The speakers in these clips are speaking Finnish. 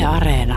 Yle Areena.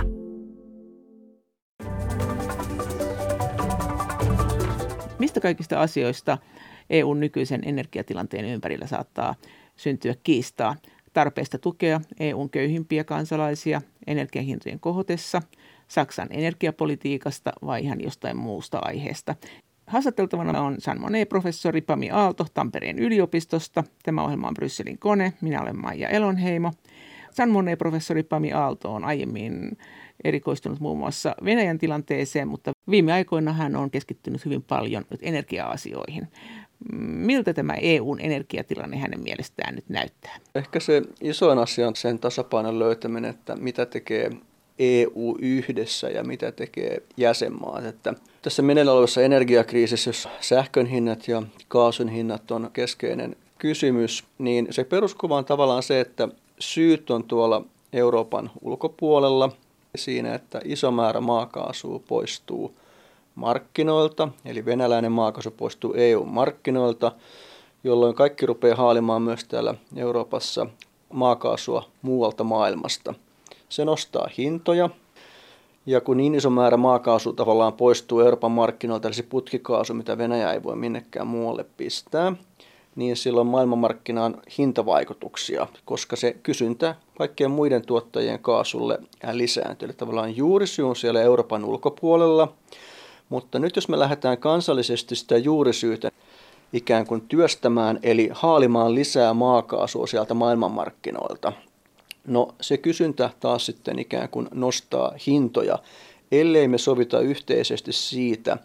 Mistä kaikista asioista EUn nykyisen energiatilanteen ympärillä saattaa syntyä kiistaa? Tarpeesta tukea EUn köyhimpiä kansalaisia energiahintojen kohotessa, Saksan energiapolitiikasta vai ihan jostain muusta aiheesta. Haastateltavana on Jean Monnet-professori Pami Aalto Tampereen yliopistosta. Tämä ohjelma on Brysselin kone. Minä olen Maija Elonheimo. Jean Monnet-professori Pami Aalto on aiemmin erikoistunut muun muassa Venäjän tilanteeseen, mutta viime aikoina hän on keskittynyt hyvin paljon nyt energia-asioihin. Miltä tämä EUn energiatilanne hänen mielestään nyt näyttää? Ehkä se isoin asia on sen tasapainon löytäminen, että mitä tekee EU yhdessä ja mitä tekee jäsenmaat. Että tässä meneillään olevassa energiakriisissä, jos sähkön hinnat ja kaasun hinnat on keskeinen kysymys, niin se peruskuva on tavallaan se, että syyt on tuolla Euroopan ulkopuolella siinä, että iso määrä maakaasua poistuu markkinoilta, eli venäläinen maakaasu poistuu EU-markkinoilta, jolloin kaikki rupeaa haalimaan myös täällä Euroopassa maakaasua muualta maailmasta. Se nostaa hintoja, ja kun niin iso määrä maakaasua tavallaan poistuu Euroopan markkinoilta, eli se putkikaasu, mitä Venäjä ei voi minnekään muualle pistää, niin silloin maailmanmarkkinaan hintavaikutuksia, koska se kysyntä kaikkien muiden tuottajien kaasulle lisääntyy. Eli tavallaan juurisyy on siellä Euroopan ulkopuolella, mutta nyt jos me lähdetään kansallisesti sitä juurisyytä ikään kuin työstämään, eli haalimaan lisää maakaasua sieltä maailmanmarkkinoilta, no se kysyntä taas sitten ikään kuin nostaa hintoja, ellei me sovita yhteisesti siitä,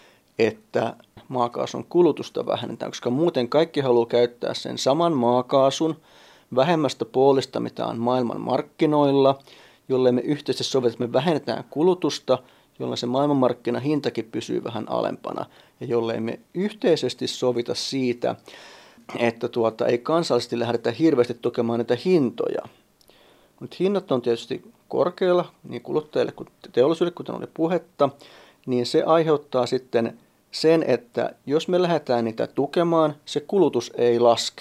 että maakaasun kulutusta vähennetään, koska muuten kaikki haluaa käyttää sen saman maakaasun vähemmästä puolesta, mitä on maailman markkinoilla, jollei me yhteisesti sovita, että me vähennetään kulutusta, jolloin se maailmanmarkkinahintakin pysyy vähän alempana, ja jollei me yhteisesti sovita siitä, että ei kansallisesti lähdetä hirveästi tukemaan näitä hintoja. Nyt hinnat on tietysti korkealla niin kuluttajille kuin teollisuudelle, kuten oli puhetta, niin se aiheuttaa sitten sen, että jos me lähdetään niitä tukemaan, se kulutus ei laske.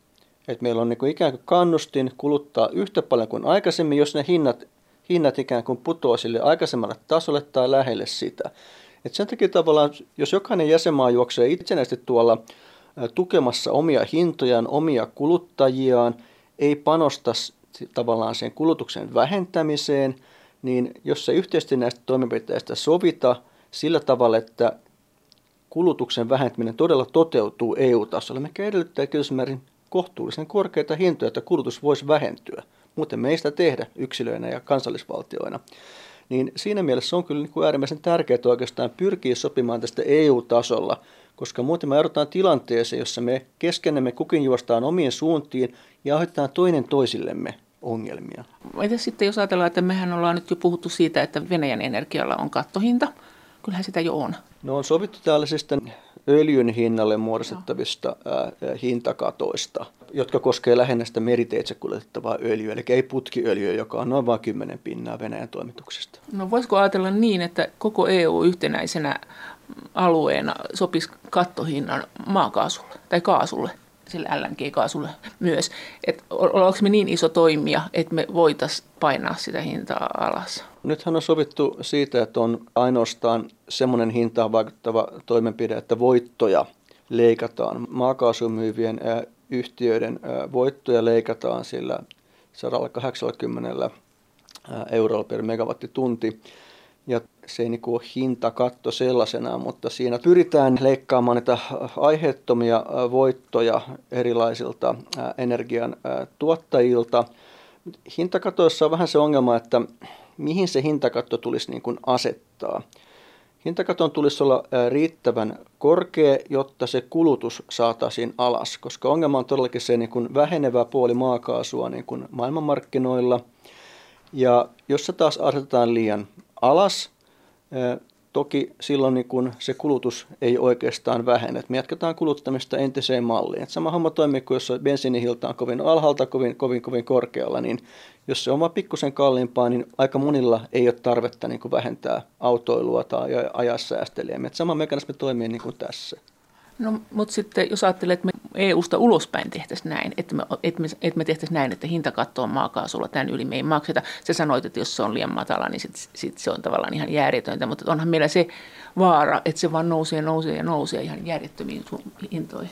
Et meillä on niin kuin ikään kuin kannustin kuluttaa yhtä paljon kuin aikaisemmin, jos ne hinnat ikään kuin putoaa sille aikaisemmalle tasolle tai lähelle sitä. Et sen takia tavallaan, jos jokainen jäsenmaa juoksee itsenäisesti tuolla tukemassa omia hintojaan, omia kuluttajiaan, ei panosta tavallaan sen kulutuksen vähentämiseen, niin jos se yhteisesti näistä toimenpiteistä sovita sillä tavalla, että kulutuksen vähentäminen todella toteutuu EU-tasolla, mikä edellyttää kysymäärin kohtuullisen korkeita hintoja, että kulutus voisi vähentyä. Muuten me ei sitä tehdä yksilöinä ja kansallisvaltioina. Niin siinä mielessä on kyllä niin kuin äärimmäisen tärkeää oikeastaan pyrkiä sopimaan tästä EU-tasolla, koska muuten me joudutaan tilanteeseen, jossa me keskenemme kukin juostaan omiin suuntiin ja aiheutetaan toinen toisillemme ongelmia. Entäs sitten jos ajatellaan, että mehän ollaan nyt jo puhuttu siitä, että Venäjän energialla on kattohinta. Kyllähän sitä jo on. No on sovittu tällaisista öljyn hinnalle muodostettavista hintakatoista, jotka koskee lähinnä sitä meriteitse kuljetettavaa öljyä, eli ei putkiöljyä, joka on noin vain 10% Venäjän toimituksesta. No voisiko ajatella niin, että koko EU yhtenäisenä alueena sopisi kattohinnan maakaasulle tai kaasulle, sille LNG-kaasulle myös? Että ollaanko me niin iso toimija, että me voitaisiin painaa sitä hintaa alas? Nythän on sovittu siitä, että on ainoastaan semmoinen hintaan vaikuttava toimenpide, että voittoja leikataan. Maakaasuun myyvien yhtiöiden voittoja leikataan sillä 180 eurolla per megawattitunti. Ja se ei niin kuin ole hintakatto sellaisenaan, mutta siinä pyritään leikkaamaan näitä aiheettomia voittoja erilaisilta energian tuottajilta. Hintakatoissa on vähän se ongelma, että mihin se hintakatto tulisi niin kuin asettaa. Hintakaton tulisi olla riittävän korkea, jotta se kulutus saataisiin alas, koska ongelma on todellakin se niin kuin vähenevä puoli maakaasua niin kuin maailmanmarkkinoilla. Ja jos se taas asetetaan liian alas, toki silloin niin kun se kulutus ei oikeastaan vähene. Et me jatketaan kuluttamista entiseen malliin. Et sama homma toimii kuin jos bensiinin hinta on kovin alhaalta, kovin korkealla, niin jos se on vaan pikkusen kalliimpaa, niin aika monilla ei ole tarvetta niin kuin vähentää autoilua tai ajaa säästeliä. Et sama mekanismi toimii niin kuin tässä. No, mutta sitten jos ajattelee, että me EUsta ulospäin tehtäisiin näin, että me tehtäisiin näin, että hintakatto on maakaasulla, tämän yli me ei makseta. Sä sanoit, että jos se on liian matala, niin sit se on tavallaan ihan järjetöntä, mutta onhan meillä se vaara, että se vaan nousee ihan järjettömiin hintoihin.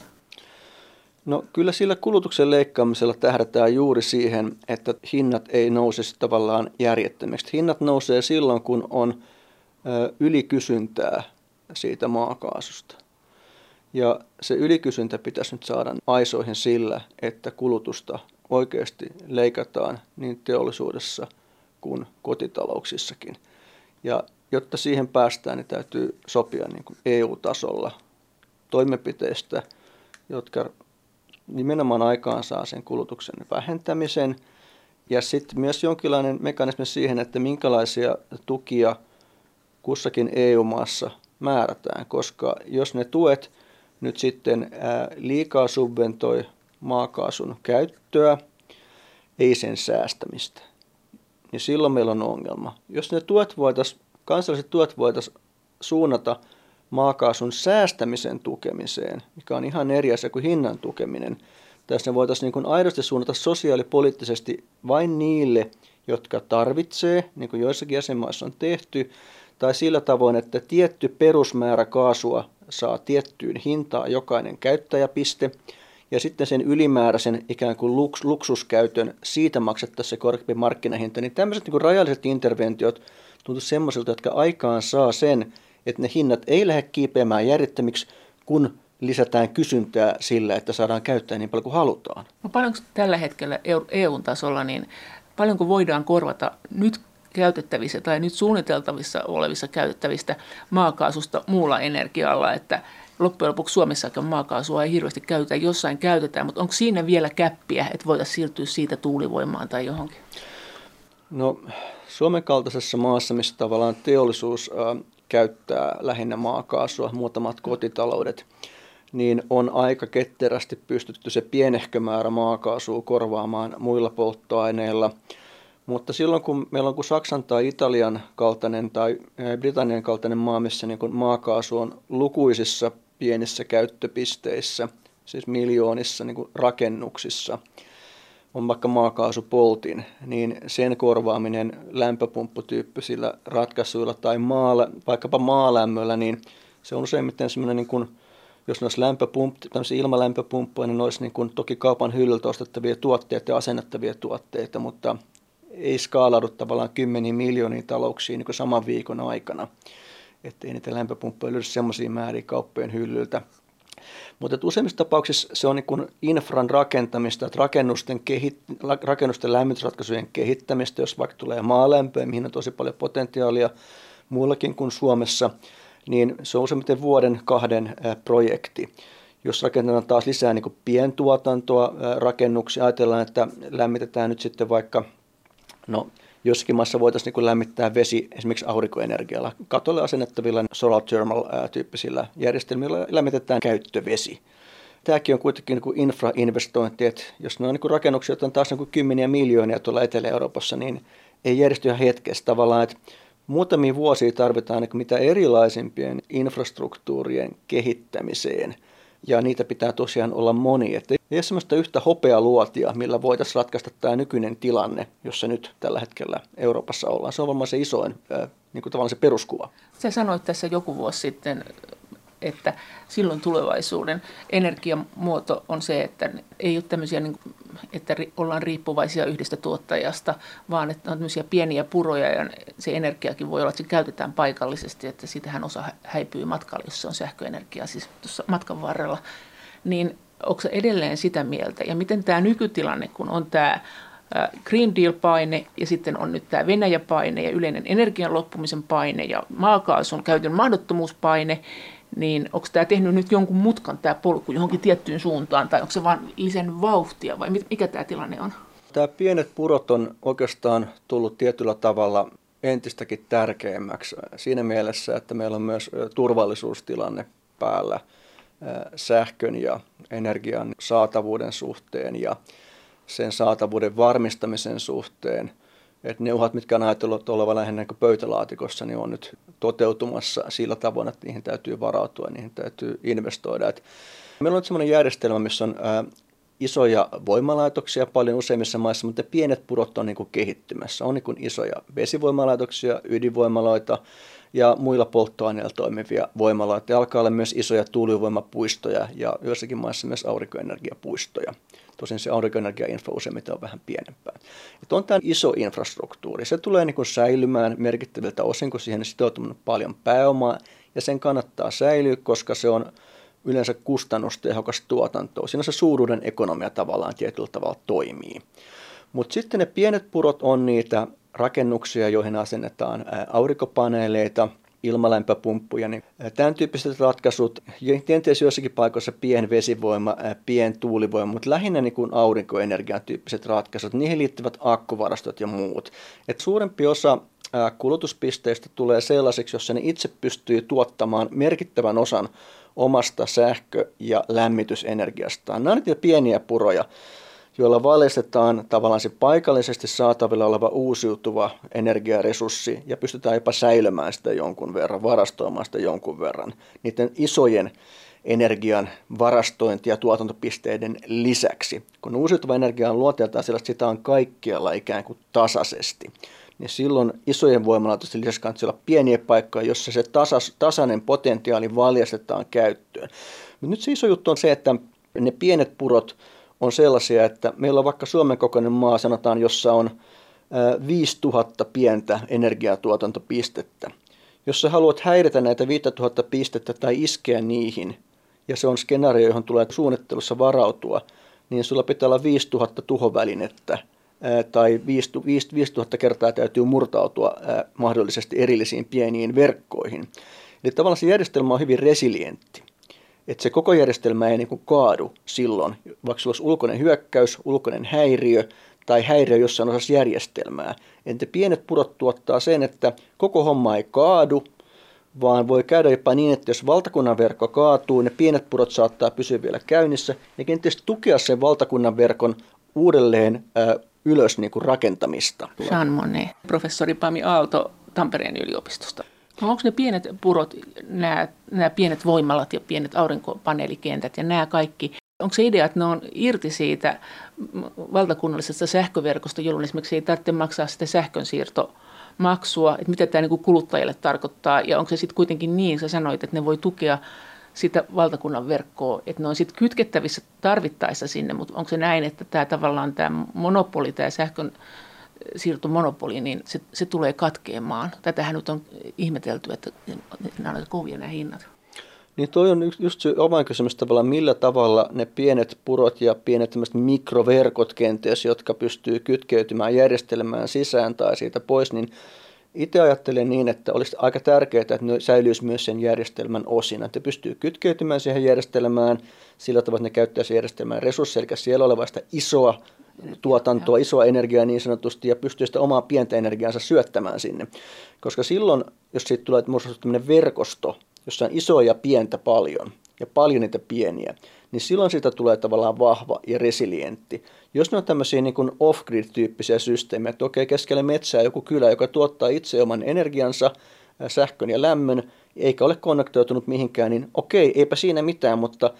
No kyllä sillä kulutuksen leikkaamisella tähdätään juuri siihen, että hinnat ei nousisi tavallaan järjettömiksi. Hinnat nousee silloin, kun on ylikysyntää siitä maakaasusta. Ja se ylikysyntä pitäisi nyt saada aisoihin sillä, että kulutusta oikeasti leikataan niin teollisuudessa kuin kotitalouksissakin. Ja jotta siihen päästään, niin täytyy sopia niin kuin EU-tasolla toimenpiteistä, jotka nimenomaan aikaan saa sen kulutuksen vähentämisen. Ja sitten myös jonkinlainen mekanismi siihen, että minkälaisia tukia kussakin EU-maassa määrätään, koska jos ne tuet nyt sitten liikaa subventoi maakaasun käyttöä, ei sen säästämistä, niin silloin meillä on ongelma. Jos ne kansalliset tuet voitaisiin suunnata maakaasun säästämisen tukemiseen, mikä on ihan eri asia kuin hinnan tukeminen, tässä ne voitaisiin niin kuin aidosti suunnata sosiaalipoliittisesti vain niille, jotka tarvitsee, niin kuin joissakin jäsenmaissa on tehty, tai sillä tavoin, että tietty perusmäärä kaasua saa tiettyyn hintaan jokainen käyttäjäpiste, ja sitten sen ylimääräisen ikään kuin luksuskäytön siitä maksettaisiin se korkeampi markkinahinta, niin tämmöiset niin kuin rajalliset interventiot tuntuu semmoisilta, jotka aikaan saa sen, että ne hinnat ei lähde kiipeämään järjettömiksi, kun lisätään kysyntää sillä, että saadaan käyttää niin paljon kuin halutaan. No paljonko tällä hetkellä EU-tasolla, niin paljonko voidaan korvata nyt käytettävissä tai nyt suunniteltavissa olevissa käytettävistä maakaasusta muulla energialla, että loppujen lopuksi Suomessakin maakaasua ei hirveästi käytetä, jossain käytetään, mutta onko siinä vielä käppiä, että voitaisiin siirtyä siitä tuulivoimaan tai johonkin? No Suomen kaltaisessa maassa, missä tavallaan teollisuus käyttää lähinnä maakaasua, muutamat kotitaloudet, niin on aika ketterästi pystytty se pienehkö määrä maakaasua korvaamaan muilla polttoaineilla. Mutta silloin kun meillä on kuin Saksan tai Italian kaltainen tai Britannian kaltainen maa, missä niin kuin maakaasu on lukuisissa pienissä käyttöpisteissä, siis miljoonissa niin kuin rakennuksissa, on vaikka maakaasupoltin, niin sen korvaaminen lämpöpumpputyyppisillä ratkaisuilla tai vaikkapa maalämmöllä, niin se on useimmiten semmoinen, niin kuin, jos ne olisi tämmöisiä ilmalämpöpumppuja, niin ne olisi niin kuin toki kaupan hyllyltä ostettavia tuotteita ja asennettavia tuotteita, mutta ei skaalaudu tavallaan kymmeniin miljooniin talouksiin niin kuin saman viikon aikana. Että ei niitä lämpöpumppuja löydy semmoisia määriä kauppojen hyllyltä. Mutta useimmissa tapauksissa se on niin kuin infran rakentamista, että rakennusten lämmitysratkaisujen kehittämistä, jos vaikka tulee maalämpöä, mihin on tosi paljon potentiaalia muullakin kuin Suomessa, niin se on useimmiten 1-2 projekti. Jos rakennetaan taas lisää niin kuin pientuotantoa rakennuksia, ajatellaan, että lämmitetään nyt sitten vaikka, jossakin maassa voitaisiin niin lämmittää vesi esimerkiksi aurinkoenergialla. Katolle asennettavilla solar thermal-tyyppisillä järjestelmillä lämmitetään käyttövesi. Tämäkin on kuitenkin niin kuin infrainvestointi, että jos ne on niin rakennuksia, joita on taas niin kymmeniä miljoonia tuolla Etelä-Euroopassa, niin ei järjesty ihan hetkessä tavallaan, että muutamia vuosia tarvitaan niin mitä erilaisimpien infrastruktuurien kehittämiseen. Ja niitä pitää tosiaan olla monia. Että ei ole sellaista yhtä hopealuotia, millä voitaisiin ratkaista tämä nykyinen tilanne, jossa nyt tällä hetkellä Euroopassa ollaan. Se on varmaan se isoin, niin kuin tavallaan se peruskuva. Sä sanoit tässä joku vuosi sitten, että silloin tulevaisuuden energiamuoto on se, että ei ole tämmöisiä, että ollaan riippuvaisia yhdestä tuottajasta, vaan että on tämmöisiä pieniä puroja ja se energiakin voi olla, että se käytetään paikallisesti, että sitähän osa häipyy matkalla, jos se on sähköenergia, siis tuossa matkan varrella. Niin onko se edelleen sitä mieltä? Ja miten tämä nykytilanne, kun on tämä Green Deal-paine ja sitten on nyt tämä Venäjä-paine ja yleinen energian loppumisen paine ja maakaasun käytön mahdottomuuspaine, niin onko tämä tehnyt nyt jonkun mutkan tämä polku johonkin tiettyyn suuntaan tai onko se vaan lisännyt vauhtia vai mikä tämä tilanne on? Tämä pienet purot on oikeastaan tullut tietyllä tavalla entistäkin tärkeämmäksi siinä mielessä, että meillä on myös turvallisuustilanne päällä sähkön ja energian saatavuuden suhteen ja sen saatavuuden varmistamisen suhteen. Että ne uhat, mitkä on ajatellut olevan lähinnä niin pöytälaatikossa, niin on nyt toteutumassa sillä tavoin, että niihin täytyy varautua, niihin täytyy investoida. Meillä on sellainen järjestelmä, missä on isoja voimalaitoksia paljon useimmissa maissa, mutta pienet purot on niin kuin kehittymässä. On niin kuin isoja vesivoimalaitoksia, ydinvoimaloita ja muilla polttoaineilla toimivia voimaloita. Ja alkaa olla myös isoja tuulivoimapuistoja ja joissakin maissa myös aurinkoenergiapuistoja. Tosin se aurinkoenergiainfra useimmiten on vähän pienempää. Että on tämä iso infrastruktuuri. Se tulee niin kuin säilymään merkittäviltä osin, kun siihen on sitoutunut paljon pääomaa, ja sen kannattaa säilyä, koska se on yleensä kustannustehokas tuotanto. Siinä se suuruuden ekonomia tavallaan tietyllä tavalla toimii. Mutta sitten ne pienet purot on niitä rakennuksia, joihin asennetaan aurinkopaneeleita, ilmalämpöpumppuja. Niin tämän tyyppiset ratkaisut, kenties joissakin paikoissa pienvesivoima, pientuulivoima, mutta lähinnä niin kuin aurinkoenergian tyyppiset ratkaisut, niihin liittyvät akkuvarastot ja muut. Et suurempi osa kulutuspisteistä tulee sellaisiksi, jossa ne itse pystyy tuottamaan merkittävän osan omasta sähkö- ja lämmitysenergiastaan. Nämä ovat niitä pieniä puroja, joilla valjastetaan tavallaan se paikallisesti saatavilla oleva uusiutuva energiaresurssi ja pystytään jopa säilymään sitä jonkun verran, varastoimaan sitä jonkun verran. Niiden isojen energian varastointi- ja tuotantopisteiden lisäksi. Kun uusiutuva energia on luonteeltaan sellaista, sitä on kaikkialla ikään kuin tasaisesti, niin silloin isojen voimalaitosten lisäksi kannattaa olla pieniä paikkoja, jossa se tasainen potentiaali valjastetaan käyttöön. Mutta nyt se iso juttu on se, että ne pienet purot on sellaisia, että meillä on vaikka Suomen kokoinen maa, sanotaan, jossa on 5000 pientä energiatuotantopistettä. Jos sä haluat häiritä näitä 5000 pistettä tai iskeä niihin, ja se on skenaario, johon tulee suunnittelussa varautua, niin sulla pitää olla 5000 tuhovälinettä, tai 5000 kertaa täytyy murtautua mahdollisesti erillisiin pieniin verkkoihin. Eli tavallaan se järjestelmä on hyvin resilientti. Että se koko järjestelmä ei niin kuin kaadu silloin, vaikka sulla olisi ulkoinen hyökkäys, ulkoinen häiriö tai häiriö jossain osassa järjestelmää. Entä pienet purot tuottaa sen, että koko homma ei kaadu, vaan voi käydä jopa niin, että jos valtakunnan verkko kaatuu, ne pienet purot saattaa pysyä vielä käynnissä ja kenties tukea sen valtakunnan verkon uudelleen ylös niin kuin rakentamista. Jean Monnet, professori Pami Aalto Tampereen yliopistosta. Onko ne pienet purot, nämä pienet voimalat ja pienet aurinkopaneelikentät ja nämä kaikki, onko se idea, että ne on irti siitä valtakunnallisesta sähköverkosta, jolloin esimerkiksi ei tarvitse maksaa sitä sähkönsiirtomaksua, että mitä tämä niin kuin kuluttajille tarkoittaa, ja onko se sitten kuitenkin niin, sä sanoit, että ne voi tukea sitä valtakunnan verkkoa, että ne on sitten kytkettävissä tarvittaessa sinne, mutta onko se näin, että tämä tavallaan tämä monopoli, tämä sähkön siirtomonopoli, niin se tulee katkeamaan. Tätähän nyt on ihmetelty, että nämä ovat kovia nämä hinnat. Niin toi on just se avainkysymys tavallaan, millä tavalla ne pienet purot ja pienet mikroverkot kenties, jotka pystyy kytkeytymään järjestelmään sisään tai siitä pois, niin itse ajattelen niin, että olisi aika tärkeää, että ne säilyisi myös sen järjestelmän osina. Että pystyy kytkeytymään siihen järjestelmään sillä tavalla, että ne käyttäisi järjestelmän resursseja, eli siellä olevasta isoa tuotantoa, isoa energiaa niin sanotusti, ja pystyy sitä omaa pientä energiaansa syöttämään sinne. Koska silloin, jos siitä tulee tämmöinen verkosto, jossa on isoa ja pientä paljon, ja paljon niitä pieniä, niin silloin siitä tulee tavallaan vahva ja resilientti. Jos ne on tämmöisiä niin kuin off-grid-tyyppisiä systeemejä, että okei, keskellä metsää joku kylä, joka tuottaa itse oman energiansa, sähkön ja lämmön, eikä ole konnektoitunut mihinkään, niin okei, eipä siinä mitään, mutta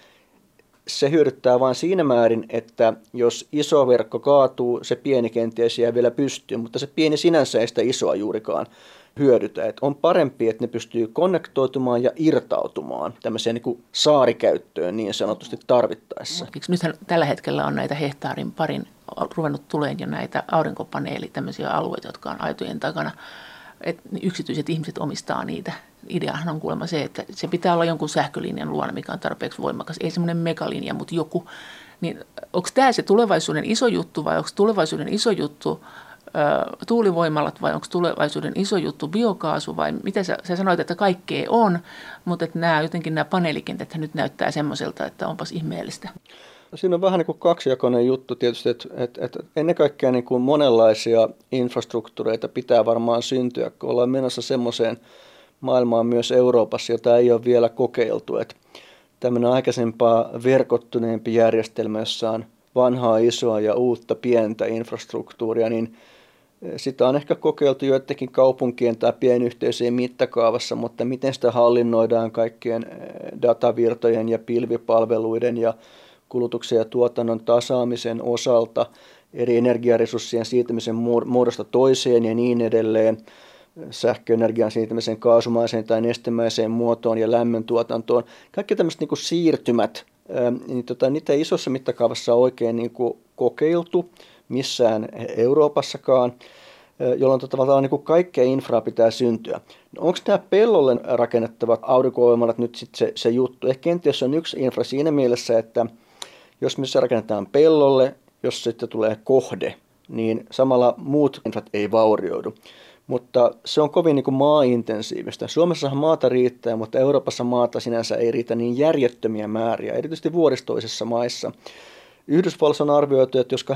se hyödyttää vain siinä määrin, että jos iso verkko kaatuu, se pieni kenties jää vielä pystyyn, mutta se pieni sinänsä ei sitä isoa juurikaan hyödytä. Et on parempi, että ne pystyy konnektoitumaan ja irtautumaan tämmöiseen niin kuin saarikäyttöön niin sanotusti tarvittaessa. Nythän tällä hetkellä on näitä hehtaarin parin ruvennut tuleen jo näitä tämmöisiä alueita, jotka on aitojen takana. Että yksityiset ihmiset omistaa niitä. Ideahan on kuulemma se, että se pitää olla jonkun sähkölinjan luona, mikä on tarpeeksi voimakas. Ei semmoinen megalinja, mutta joku. Niin onko tämä se tulevaisuuden iso juttu vai onko tulevaisuuden iso juttu tuulivoimalat vai onko tulevaisuuden iso juttu biokaasu vai mitä sä sanoit, että kaikkea on, mutta että nämä paneelikentät nyt näyttää semmoiselta, että onpas ihmeellistä. Siinä on vähän niin kuin kaksijakoinen juttu tietysti, että ennen kaikkea niin kuin monenlaisia infrastruktuureita pitää varmaan syntyä, kun ollaan menossa semmoiseen maailmaan myös Euroopassa, jota ei ole vielä kokeiltu. Että tämmöinen aikaisempaa verkottuneempi järjestelmä, jossa on vanhaa isoa ja uutta pientä infrastruktuuria, niin Sitä on ehkä kokeiltu joidenkin kaupunkien tai pienyhteisöjen mittakaavassa, mutta miten sitä hallinnoidaan kaikkien datavirtojen ja pilvipalveluiden ja kulutuksen ja tuotannon tasaamisen osalta, eri energiaresurssien siirtymisen muodosta toiseen ja niin edelleen, sähköenergian siirtymisen kaasumaiseen tai nestemäiseen muotoon ja lämmöntuotantoon. Kaikki tämmöiset niin kuin siirtymät, niin niitä ei isossa mittakaavassa oikein niin kuin kokeiltu missään Euroopassakaan, jolloin tavallaan niin kuin kaikkea infraa pitää syntyä. No, onko nämä pellolle rakennettavat aurinkovoimalat nyt sitten se juttu? Ehkä kenties on yksi infra siinä mielessä, että jos missä rakennetaan pellolle, jos sitten tulee kohde, niin samalla muut infrat ei vaurioidu. Mutta se on kovin niin kuin maa-intensiivistä. Suomessahan maata riittää, mutta Euroopassa maata sinänsä ei riitä niin järjettömiä määriä, erityisesti vuoristoisissa maissa. Yhdysvalloissa on arvioitu, että jos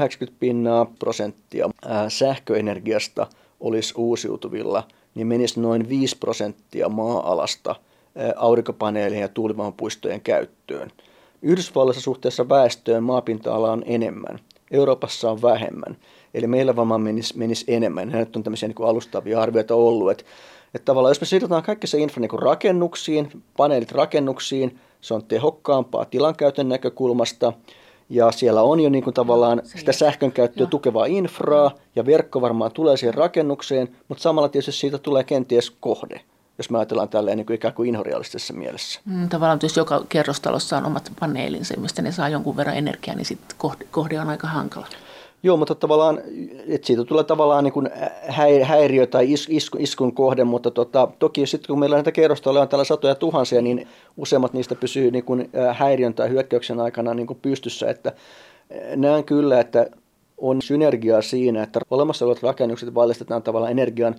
80% sähköenergiasta olisi uusiutuvilla, niin menisi noin 5% maa-alasta aurinkopaneelien ja tuulivoimapuistojen käyttöön. Yhdysvalloissa suhteessa väestöön maapinta-ala on enemmän, Euroopassa on vähemmän. Eli meillä varmaan menisi enemmän. Nyt on tämmöisiä niin kuin alustavia arvioita ollut. Että tavallaan jos me siirrytään kaikki se infra niin kuin rakennuksiin, paneelit rakennuksiin, se on tehokkaampaa tilankäytön näkökulmasta. Ja siellä on jo niin kuin tavallaan sitä sähkönkäyttöä tukevaa infraa, ja verkko varmaan tulee siihen rakennukseen, mutta samalla tietysti siitä tulee kenties kohde, jos me ajatellaan tälleen niin kuin ikään kuin inhorealistisessa mielessä. Tavallaan jos joka kerrostalossa on omat paneelinsa, mistä ne saa jonkun verran energiaa, niin sitten kohde on aika hankala. Joo, mutta tavallaan, että siitä tulee tavallaan niin kuin häiriö tai iskun kohde, mutta toki sitten kun meillä näitä kerrostaloja on täällä satoja tuhansia, niin useimmat niistä pysyy niin kuin häiriön tai hyökkäyksen aikana niin kuin pystyssä. Että näen kyllä, että on synergiaa siinä, että olemassa olevat rakennukset valmistetaan tavallaan energian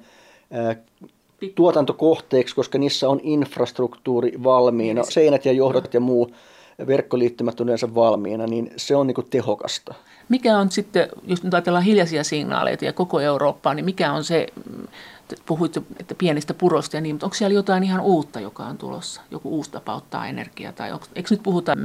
tuotantokohteeksi, koska niissä on infrastruktuuri valmiina, seinät ja johdot ja muu verkkoliittymät on yleensä valmiina, niin se on niin kuin tehokasta. Mikä on sitten, jos nyt ajatellaan hiljaisia signaaleita ja koko Eurooppaa, niin mikä on se, puhuit että pienestä purosta ja niin, mutta onko siellä jotain ihan uutta, joka on tulossa? Joku uusi tapa ottaa energiaa? Tai eikö nyt puhuta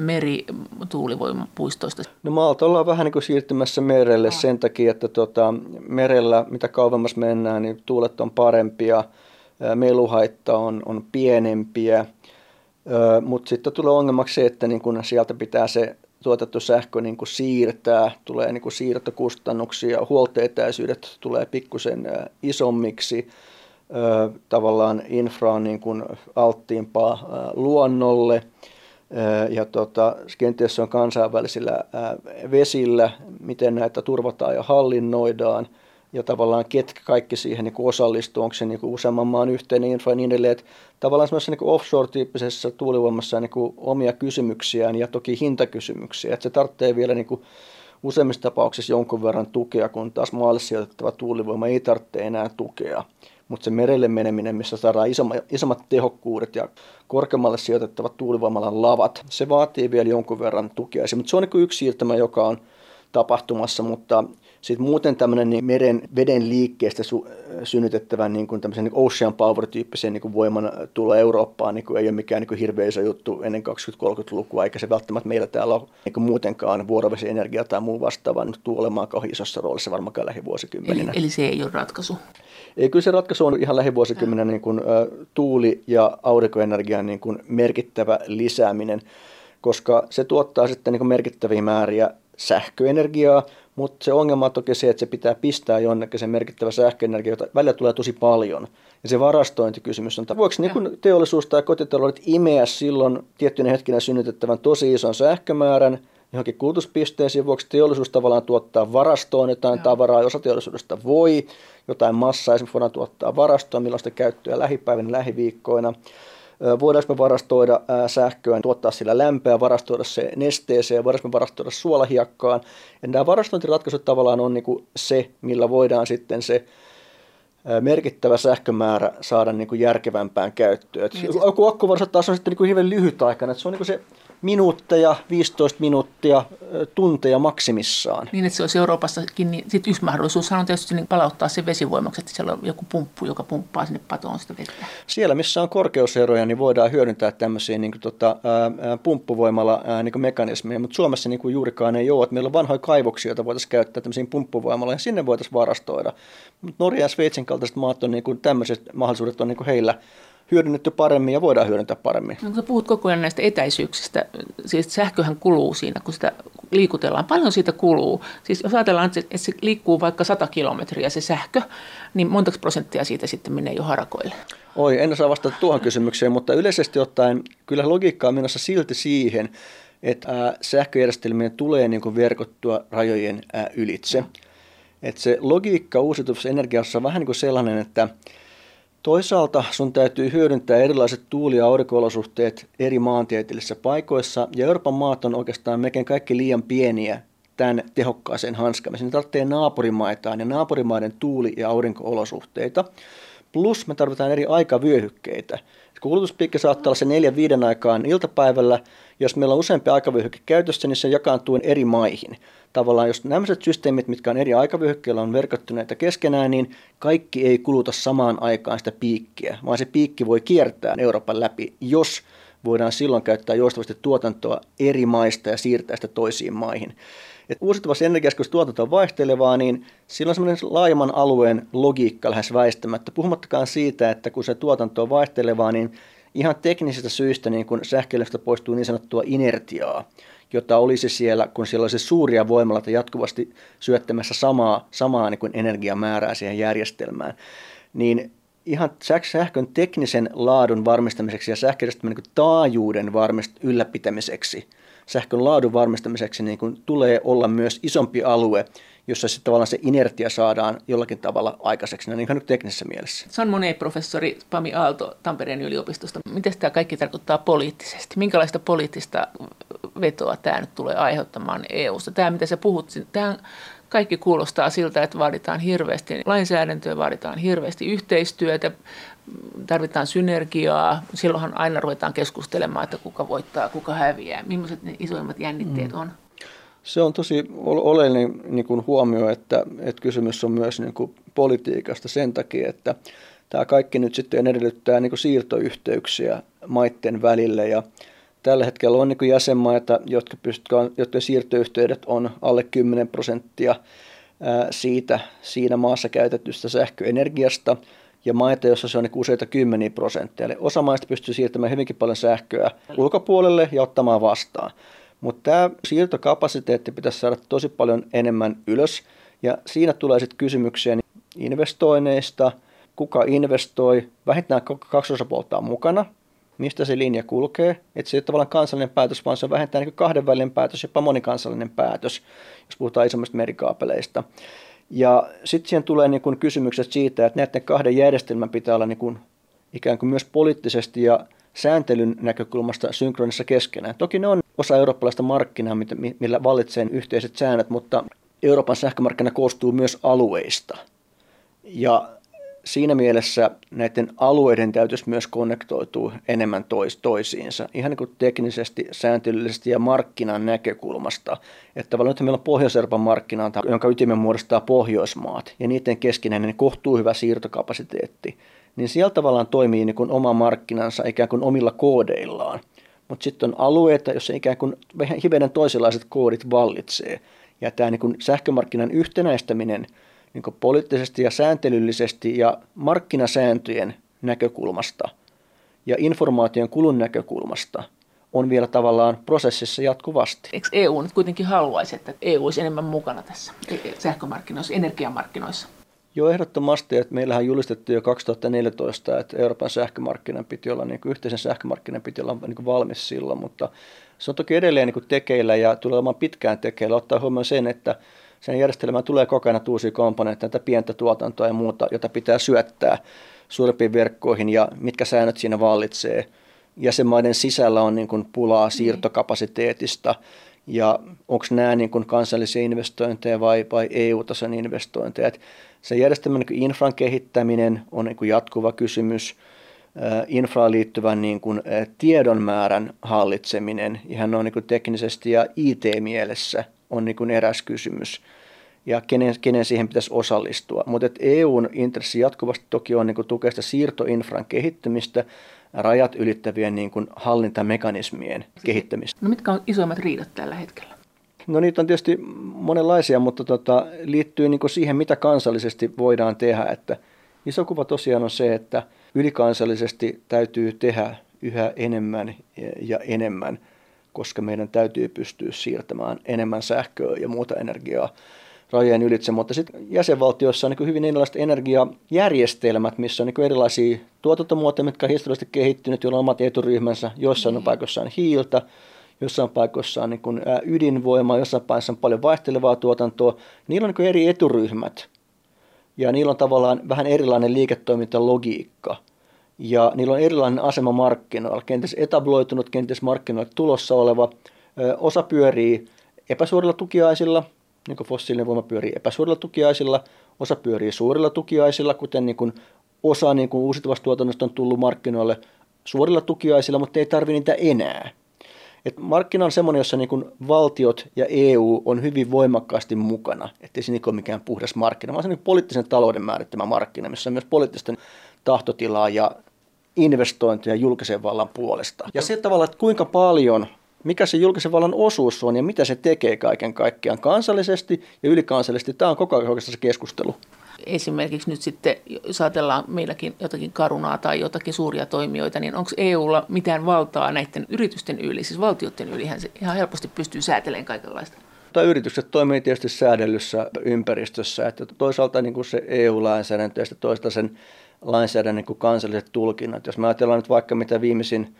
merituulivoimapuistoista? No maalta ollaan vähän niin kuin siirtymässä merelle sen takia, että merellä mitä kauemmas mennään, niin tuulet on parempia, meluhaitta on pienempiä, mutta sitten tulee ongelmaksi se, että niin kun sieltä pitää se tuotettu sähkö niin kuin siirtää, tulee niin kuin siirtokustannuksia, huoltoetäisyydet tulee pikkusen isommiksi, tavallaan infra on niin kuin alttiimpaa luonnolle ja kenties on kansainvälisillä vesillä, miten näitä turvataan ja hallinnoidaan ja tavallaan ketkä kaikki siihen niin kuin osallistuu, onko se niin kuin useamman maan yhteinen infra ja niin edelleen, että tavallaan semmoisessa niin kuin offshore-tyyppisessä tuulivoimassa on niin kuin omia kysymyksiään ja toki hintakysymyksiä, että se tarvitsee vielä niin kuin useimmissa tapauksissa jonkun verran tukea, kun taas maalle sijoitettava tuulivoima ei tarvitse enää tukea, mutta se merelle meneminen, missä saadaan isommat tehokkuudet ja korkeammalle sijoitettavat tuulivoimalan lavat, se vaatii vielä jonkun verran tukea, mutta se on niin kuin yksi siirtymä, joka on tapahtumassa, mutta sitten muuten tämmöinen niin veden liikkeestä synnytettävän niin kuin tämmöisen niin ocean power-tyyppisen niin kuin voiman tulla Eurooppaan niin kuin ei ole mikään niin kuin hirveän iso juttu ennen 2030-lukua, eikä se välttämättä meillä täällä ole niin kuin muutenkaan vuorovesienergia tai muu vastaava nyt tule olemaan kauhean isossa roolissa varmaankaan lähivuosikymmeninä. Eli se ei ole ratkaisu? Ei, kyllä se ratkaisu on ihan lähivuosikymmenen niin kuin tuuli- ja aurinkoenergian niin kuin merkittävä lisääminen, koska se tuottaa sitten niin kuin merkittäviä määriä sähköenergiaa, mutta se ongelma on toki se, että se pitää pistää jonnekin se merkittävä sähköenergia, jota välillä tulee tosi paljon. Ja se varastointikysymys on, että voiko niin kuin teollisuus tai kotitaloudet imeä silloin tiettynä hetkinä synnytettävän tosi ison sähkömäärän johonkin kulutuspisteisiin, voiko teollisuus tavallaan tuottaa varastoon jotain tavaraa, osa teollisuudesta voi, jotain massaa esimerkiksi voidaan tuottaa varastoon, millaista käyttöä lähipäivinä, lähiviikkoina. Voidaanko me varastoida sähköä, tuottaa sillä lämpöä, varastoida se nesteeseen, voidaanko me varastoida suolahiekkaan. Ja nämä varastointiratkaisut tavallaan on niin kuin se, millä voidaan sitten se merkittävä sähkömäärä saada niin kuin järkevämpään käyttöön. Joku akkuvarastot taas on sitten niin kuin hyvin lyhytaikainen. Se on niin kuin se minuutteja, 15 minuuttia, tunteja maksimissaan. Niin, että se olisi Euroopassakin, niin sitten yksi mahdollisuus on tietysti niin palauttaa se vesivoimaksi, että siellä on joku pumppu, joka pumppaa sinne patoon sitä vettä. Siellä, missä on korkeuseroja, niin voidaan hyödyntää tämmöisiä pumppuvoimalla mekanismeja, mutta Suomessa juurikaan ei ole. Että meillä on vanhoja kaivoksia, joita voitaisiin käyttää tämmöisiin pumppuvoimalla, ja sinne voitaisiin varastoida. Mutta Norja ja Sveitsin kaltaiset maat on tämmöiset mahdollisuudet on heillä hyödynnetty paremmin ja voidaan hyödyntää paremmin. No, kun sä puhut koko ajan näistä etäisyyksistä, siis sähköhän kuluu siinä, kun sitä liikutellaan. Paljon siitä kuluu. Siis jos ajatellaan, että se liikkuu vaikka 100 kilometriä se sähkö, niin montako prosenttia siitä sitten menee jo harakoille? En osaa vastata tuohon kysymykseen, mutta yleisesti ottaen kyllä logiikka on menossa silti siihen, että sähköjärjestelmien tulee verkottua rajojen ylitse. Että se logiikka uusiutuvassa energiassa on vähän sellainen, että toisaalta sun täytyy hyödyntää erilaiset tuuli- ja aurinko-olosuhteet eri maantieteellisissä paikoissa, ja Euroopan maat on oikeastaan melkein kaikki liian pieniä tämän tehokkaaseen hanskaamiseen. Ne tarvitsee naapurimaitaan ja naapurimaiden tuuli- ja aurinko-olosuhteita, plus me tarvitaan eri aikavyöhykkeitä. Kulutuspiikki saattaa olla se 4-5 aikaan iltapäivällä. Jos meillä on useampi aikavyöhyke käytössä, niin se jakaantuu eri maihin. Tavallaan jos nämä systeemit, mitkä on eri aikavyöhykkeillä, on verkottuneita keskenään, niin kaikki ei kuluta samaan aikaan sitä piikkiä, vaan se piikki voi kiertää Euroopan läpi, jos voidaan silloin käyttää joustavasti tuotantoa eri maista ja siirtää sitä toisiin maihin. Uusiutuvassa energiassa, kun tuotanto on vaihtelevaa, niin silloin semmoinen laajemman alueen logiikka lähes väistämättä. Puhumattakaan siitä, että kun se tuotanto on vaihtelevaa, niin ihan teknisistä syistä niin kun sähköenergiasta poistuu niin sanottua inertiaa, jota olisi siellä, kun siellä olisi suuria voimaloita jatkuvasti syöttämässä samaa niin kuin energiamäärää siihen järjestelmään. Niin ihan sähkön teknisen laadun varmistamiseksi ja sähköjärjestelmän niin taajuuden ylläpitämiseksi, sähkön laadun varmistamiseksi niin kuin tulee olla myös isompi alue, jossa sitten tavallaan se inertia saadaan jollakin tavalla aikaiseksi, ihan nyt teknisessä mielessä. Jean Monnet-professori Pami Aalto Tampereen yliopistosta. Miten tämä kaikki tarkoittaa poliittisesti? Minkälaista poliittista vetoa tämä nyt tulee aiheuttamaan EU:ssa? Tämä, mitä sä puhut, tämä kaikki kuulostaa siltä, että vaaditaan hirveästi lainsäädäntöä, vaaditaan hirveästi yhteistyötä, tarvitaan synergiaa. Silloinhan aina ruvetaan keskustelemaan, että kuka voittaa, kuka häviää. Millaiset ne isoimmat jännitteet on? Se on tosi oleellinen niin kuin huomio, että kysymys on myös niin kuin politiikasta sen takia, että tämä kaikki nyt sitten edellyttää niin kuin siirtoyhteyksiä maiden välille. Ja tällä hetkellä on niin kuin jäsenmaita, joiden siirtoyhteydet on alle 10% siinä maassa käytetystä sähköenergiasta, ja maita, joissa se on niin useita 10%. Eli osa maista pystyy siirtämään hyvinkin paljon sähköä ulkopuolelle ja ottamaan vastaan. Mutta tämä siirtokapasiteetti pitäisi saada tosi paljon enemmän ylös, ja siinä tulee sitten kysymyksiä investoinneista, kuka investoi, vähintään 2 osapuolta on mukana, mistä se linja kulkee, että se ei ole tavallaan kansallinen päätös, vaan se on vähintään niin kahdenvälinen päätös, jopa monikansallinen päätös, jos puhutaan isommista merikaapeleista. Ja sitten siihen tulee niin kuin kysymykset siitä, että näiden kahden järjestelmän pitää olla niin kuin ikään kuin myös poliittisesti ja sääntelyn näkökulmasta synkronissa keskenään. Toki ne on osa eurooppalaista markkinaa, millä vallitsee yhteiset säännöt, mutta Euroopan sähkömarkkina koostuu myös alueista. Ja siinä mielessä näiden alueiden täytyisi myös konnektoitua enemmän toisiinsa, ihan niin kuin teknisesti, sääntelyllisesti ja markkinan näkökulmasta. Että tavallaan nyt meillä on Pohjois-Euroopan markkina, jonka ytimen muodostaa Pohjoismaat, ja niiden keskinäinen kohtuu hyvä siirtokapasiteetti. Niin siellä tavallaan toimii niin kuin oma markkinansa ikään kuin omilla koodeillaan. Mutta sitten on alueita, joissa ikään kuin hivenen toisenlaiset koodit vallitsee. Ja tämä niin kuin sähkömarkkinan yhtenäistäminen niin kuin poliittisesti ja sääntelyllisesti ja markkinasääntöjen näkökulmasta ja informaation kulun näkökulmasta on vielä tavallaan prosessissa jatkuvasti. Eikö EU nyt kuitenkin haluaisi, että EU olisi enemmän mukana tässä sähkömarkkinoissa, energiamarkkinoissa? Joo, ehdottomasti. Että meillähän julistettiin jo 2014, että Euroopan sähkömarkkinan piti olla, niin kuin yhteisen sähkömarkkinan piti olla niin kuin valmis silloin, mutta se on toki edelleen niin kuin tekeillä ja tulee olemaan pitkään tekeillä. Ottaa huomioon sen, että sen järjestelmään tulee koko ajan uusia komponentteja, tätä pientä tuotantoa ja muuta, jota pitää syöttää suurempiin verkkoihin ja mitkä säännöt siinä vallitsee. Jäsenmaiden sisällä on niin kuin pulaa siirtokapasiteetista ja onko nämä niin kuin kansallisia investointeja vai EU-tason investointeja. Että se järjestelmän niin kuin infran kehittäminen on niin kuin jatkuva kysymys. infraan liittyvän niin kuin tiedon määrän hallitseminen ihan noin niin kuin teknisesti ja IT-mielessä on niin kuin eräs kysymys. Ja kenen siihen pitäisi osallistua. Mutta EUn intressi jatkuvasti toki on niin kuin tukea sitä siirtoinfran kehittymistä, rajat ylittävien niin kuin hallintamekanismien kehittämistä. No mitkä on isoimmat riidat tällä hetkellä? No niitä on tietysti monenlaisia, mutta liittyy niin kuin siihen, mitä kansallisesti voidaan tehdä. Että iso kuva tosiaan on se, että ylikansallisesti täytyy tehdä yhä enemmän ja enemmän, koska meidän täytyy pystyä siirtämään enemmän sähköä ja muuta energiaa rajojen ylitse, mutta sitten jäsenvaltioissa on niin hyvin erilaiset energiajärjestelmät, missä on niin erilaisia tuotantomuotoja, mitkä on historiallisesti kehittynyt, joilla on omat eturyhmänsä. Joissain on paikoissa hiiltä, jossain paikoissa on niin ydinvoimaa, jossain paikoissa on paljon vaihtelevaa tuotantoa. Niillä on niin eri eturyhmät ja niillä on tavallaan vähän erilainen liiketoimintalogiikka ja niillä on erilainen asema markkinoilla, kenties etabloitunut, kenties markkinoilla tulossa oleva. Osa pyörii epäsuorilla tukiaisilla, niin kuin fossiilinen voima pyörii epäsuorilla tukiaisilla, osa pyörii suurilla tukiaisilla, kuten niin kuin osa niin kuin uusiutuvasta tuotannosta on tullut markkinoille suorilla tukiaisilla, mutta ei tarvitse niitä enää. Et markkina on semmoinen, jossa niin kuin valtiot ja EU on hyvin voimakkaasti mukana, ettei se niin ole mikään puhdas markkina, vaan se on niin poliittisen talouden määrittämä markkina, missä on myös poliittisten tahtotilaa ja investointeja julkisen vallan puolesta. Ja se tavalla, että kuinka paljon, mikä se julkisen vallan osuus on ja mitä se tekee kaiken kaikkiaan kansallisesti ja ylikansallisesti, tämä on koko ajan oikeastaan se keskustelu. Esimerkiksi nyt sitten, jos ajatellaan meilläkin jotakin Carunaa tai jotakin suuria toimijoita, niin onko EUlla mitään valtaa näiden yritysten yli, siis valtioiden yli, se ihan helposti pystyy säätelemään kaikenlaista? Yritykset toimii tietysti säädellyssä ympäristössä, että toisaalta niin kuin se EU-lainsäädäntö ja sitten toisaalta sen lainsäädännön niin kuin kansalliset tulkinnat. Jos me ajatellaan nyt vaikka mitä viimeisin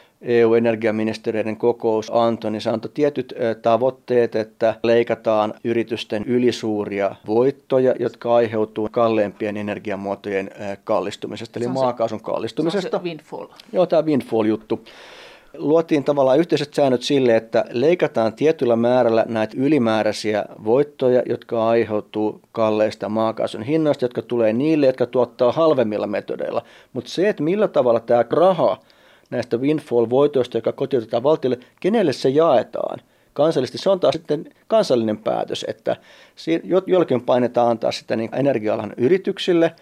EU-energiaministeriöiden kokous antoi, niin se antoi tietyt tavoitteet, että leikataan yritysten ylisuuria voittoja, jotka aiheutuu kalleimpien energiamuotojen kallistumisesta, eli maakaasun kallistumisesta. Se on se windfall. Joo, tämä windfall-juttu. Luotiin tavallaan yhteiset säännöt sille, että leikataan tietyllä määrällä näitä ylimääräisiä voittoja, jotka aiheutuu kalleista maakaasun hinnoista, jotka tulee niille, jotka tuottaa halvemmilla metodeilla. Mutta se, että millä tavalla tämä raha näistä windfall-voitoista, joka kotiutetaan valtiolle, kenelle se jaetaan kansallisesti, se on taas sitten kansallinen päätös, että jollakin painetaan antaa sitä niin energia-alan yrityksille,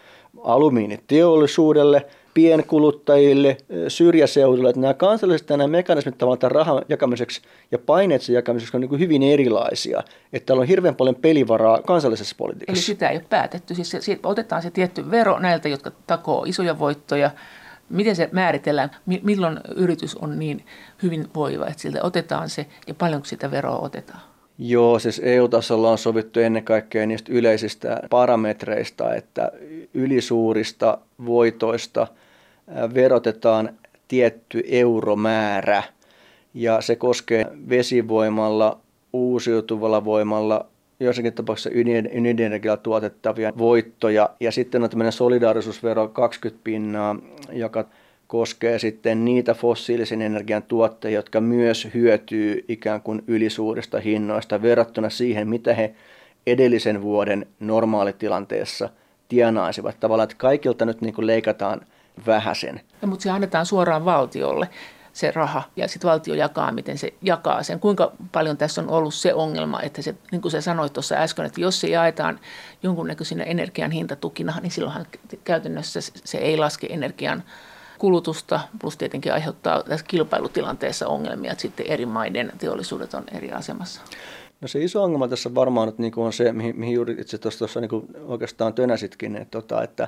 alumiiniteollisuudelle, pienkuluttajille, syrjäseudulle, että nämä kansalliset nämä mekanismit tavallaan rahan jakamiseksi ja paineet sen jakamiseksi on niin kuin hyvin erilaisia, että täällä on hirveän paljon pelivaraa kansallisessa politiikassa. Eli sitä ei ole päätetty, siis siitä otetaan se tietty vero näiltä, jotka takoo isoja voittoja. Miten se määritellään, milloin yritys on niin hyvinvoiva, että siltä otetaan se ja paljonko sitä veroa otetaan? Joo, siis EU-tasolla on sovittu ennen kaikkea niistä yleisistä parametreista, että ylisuurista voitoista verotetaan tietty euromäärä ja se koskee vesivoimalla, uusiutuvalla voimalla, joissakin tapauksissa ydinenergialla tuotettavia voittoja ja sitten on tämmöinen solidaarisuusvero 20%, joka koskee sitten niitä fossiilisen energian tuottajia, jotka myös hyötyy ikään kuin ylisuurista hinnoista verrattuna siihen, mitä he edellisen vuoden normaalitilanteessa tienaisivat. Tavallaan, että kaikilta nyt niin kuin leikataan vähäsen. Mutta se annetaan suoraan valtiolle se raha ja sitten valtio jakaa, miten se jakaa sen. Kuinka paljon tässä on ollut se ongelma, että se, niin kuin sä sanoit tuossa äsken, että jos se jaetaan jonkunnäköisenä energian hintatukina, niin silloinhan käytännössä se ei laske energian kulutusta, plus tietenkin aiheuttaa tässä kilpailutilanteessa ongelmia, että sitten eri maiden teollisuudet on eri asemassa. No se iso ongelma tässä varmaan nyt niin kuin on se, mihin juuri itse tuossa niin kuin oikeastaan tönäsitkin, että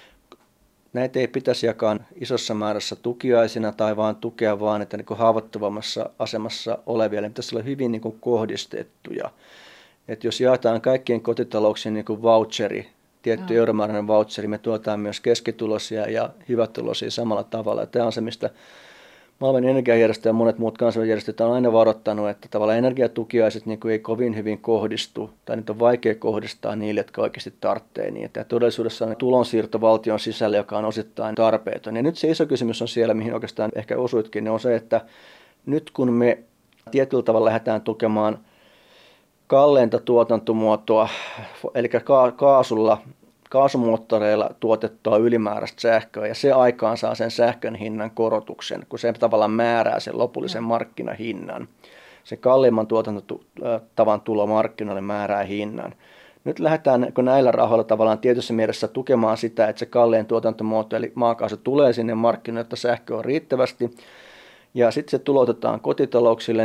näitä ei pitäisi jakaa isossa määrässä tukiaisina tai vaan tukea vaan, että niin kuin haavoittuvammassa asemassa olevia, eli pitäisi olla hyvin niin kuin kohdistettuja. Että jos jaetaan kaikkien kotitalouksien niin kuin voucheri, tietty euromääräinen voucheri, me tuotaan myös keskituloisia ja hyvätuloisia samalla tavalla. Ja tämä on se, mistä maailman energiajärjestö ja monet muut kansainväliset järjestöt on aina varoittanut, että tavallaan energiatukiaiset niin kuin ei kovin hyvin kohdistu, tai niitä on vaikea kohdistaa niille, jotka oikeasti tarvitsee niitä. Ja todellisuudessa on tulonsiirto valtion sisällä, joka on osittain tarpeeton. Ja nyt se iso kysymys on siellä, mihin oikeastaan ehkä osuitkin, niin on se, että nyt kun me tietyllä tavalla lähdetään tukemaan kalleinta tuotantomuotoa, eli kaasumoottoreilla tuotettua ylimääräistä sähköä ja se aikaan saa sen sähkön hinnan korotuksen, kun se tavallaan määrää sen lopullisen markkinahinnan. Se kalliimman tuotantotavan tulo markkinoille määrää hinnan. Nyt lähdetään näillä rahoilla tavallaan tietyssä mielessä tukemaan sitä, että se kallein tuotantomuoto eli maakaasu tulee sinne markkinoille, että sähkö on riittävästi. Ja sitten se tuloutetaan kotitalouksille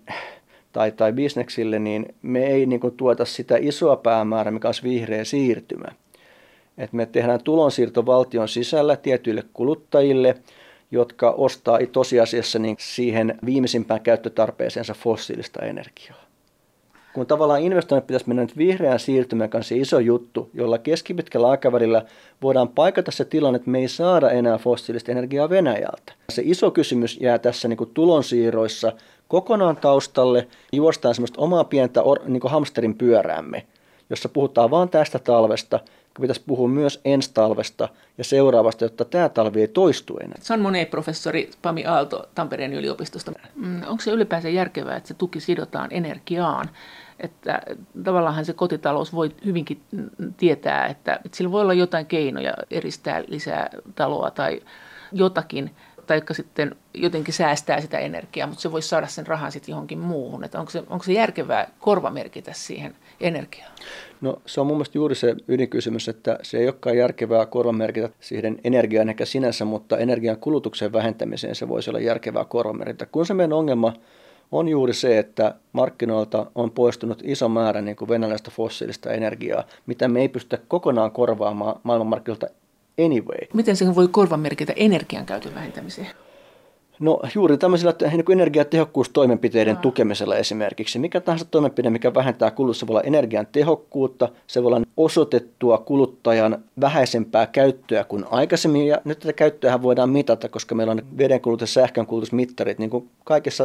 tai bisneksille, niin me ei tuota sitä isoa päämäärää, mikä olisi vihreä siirtymä. Et me tehdään tulonsiirto valtion sisällä tietyille kuluttajille, jotka ostaa tosiasiassa siihen viimeisimpään käyttötarpeeseensa fossiilista energiaa. Kun tavallaan investoinnit pitäisi mennä nyt vihreään siirtymään kanssa iso juttu, jolla keskipitkällä aikavälillä voidaan paikata se tilanne, että me ei saada enää fossiilista energiaa Venäjältä. Se iso kysymys jää tässä tulonsiirroissa kokonaan taustalle, juostaan semmoista omaa pientä hamsterin pyöräämme, jossa puhutaan vaan tästä talvesta, kun pitäisi puhua myös ensi talvesta ja seuraavasta, jotta tämä talvi ei toistu enää. Jean Monnet-professori Pami Aalto Tampereen yliopistosta. Onko se ylipäänsä järkevää, että se tuki sidotaan energiaan? Että tavallaan se kotitalous voi hyvinkin tietää, että sillä voi olla jotain keinoja eristää lisää taloa tai jotakin, tai jotka sitten jotenkin säästää sitä energiaa, mutta se voisi saada sen rahan sitten johonkin muuhun. Että onko se järkevää korvamerkitä siihen energiaan? No se on mun mielestä juuri se ydinkysymys, että se ei olekaan järkevää korvamerkitä siihen energiaan ehkä sinänsä, mutta energian kulutuksen vähentämiseen se voisi olla järkevää korvamerkitä. Kun se meidän ongelma on juuri se, että markkinoilta on poistunut iso määrä venäläistä fossiilista energiaa, mitä me ei pystytä kokonaan korvaamaan maailmanmarkkinoilta anyway. Miten se voi korvamerkitä energian käytön vähentämiseen? No juuri tämmöisillä energiatehokkuustoimenpiteiden tukemisella esimerkiksi. Mikä tahansa toimenpide, mikä vähentää kulutusta, voi olla energian tehokkuutta, se voi olla osoitettua kuluttajan vähäisempää käyttöä kuin aikaisemmin. Ja nyt tätä käyttöähän voidaan mitata, koska meillä on vedenkulutus- ja sähkönkulutusmittarit. Niin kuin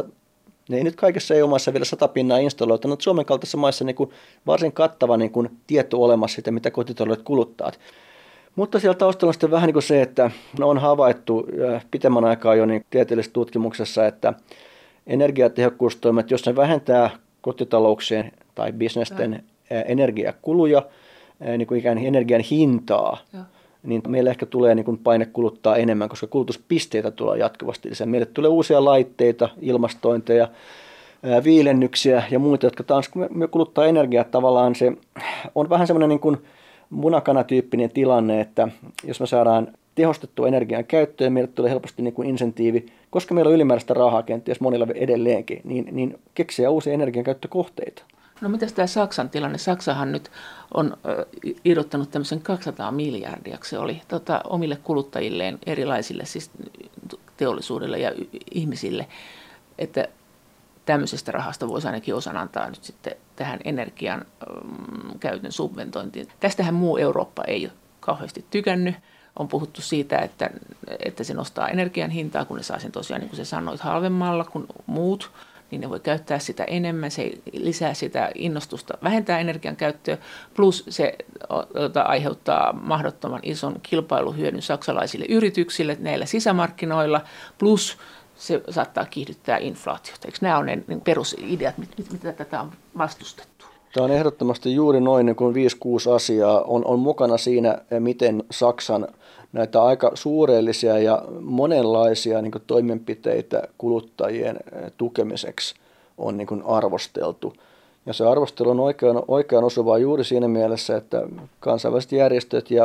ne ei nyt kaikessa EU-maissa vielä 100% installoitu, mutta Suomen kaltaisissa maissa varsin kattava tieto olemassa siitä, mitä kotitaloudet kuluttaa. Mutta siellä taustalla on sitten vähän se, että on havaittu pitemmän aikaa jo tieteellisessä tutkimuksessa, että energiatehokkuustoimet, jos ne vähentää kotitalouksien tai bisnesten energiakuluja, ikään energian hintaa, niin meillä ehkä tulee paine kuluttaa enemmän, koska kulutuspisteitä tulee jatkuvasti lisää. Meille tulee uusia laitteita, ilmastointeja, viilennyksiä ja muita, jotka taas kuluttaa energiaa. Tavallaan se on vähän semmoinen munakana-tyyppinen tilanne, että jos me saadaan tehostettua energian käyttöön, meille tulee helposti insentiivi, koska meillä on ylimääräistä rahaa kenties monilla edelleenkin, niin keksiä uusia energiankäyttökohteita. No mitäs tämä Saksan tilanne? Saksahan nyt on irrottanut tämmöisen 200 miljardiaksi se oli omille kuluttajilleen erilaisille, siis teollisuudelle ja ihmisille, että tämmöisestä rahasta voisi ainakin osan antaa nyt sitten tähän energian käytön subventointiin. Tästähän muu Eurooppa ei ole kauheasti tykännyt. On puhuttu siitä, että se nostaa energian hintaa, kun ne saa sen tosiaan, niin kuin sä sanoit, halvemmalla kuin muut, niin ne voi käyttää sitä enemmän. Se lisää sitä innostusta vähentää energian käyttöä, plus se aiheuttaa mahdottoman ison kilpailuhyödyn saksalaisille yrityksille näillä sisämarkkinoilla, plus se saattaa kiihdyttää inflaatiota. Eikö nämä ole ne perusideat, mitä tätä on vastustettu? Tämä on ehdottomasti juuri noin 5-6 asiaa on mukana siinä, miten Saksan näitä aika suurellisia ja monenlaisia toimenpiteitä kuluttajien tukemiseksi on arvosteltu. Ja se arvostelu on oikean osuvaa juuri siinä mielessä, että kansainväliset järjestöt ja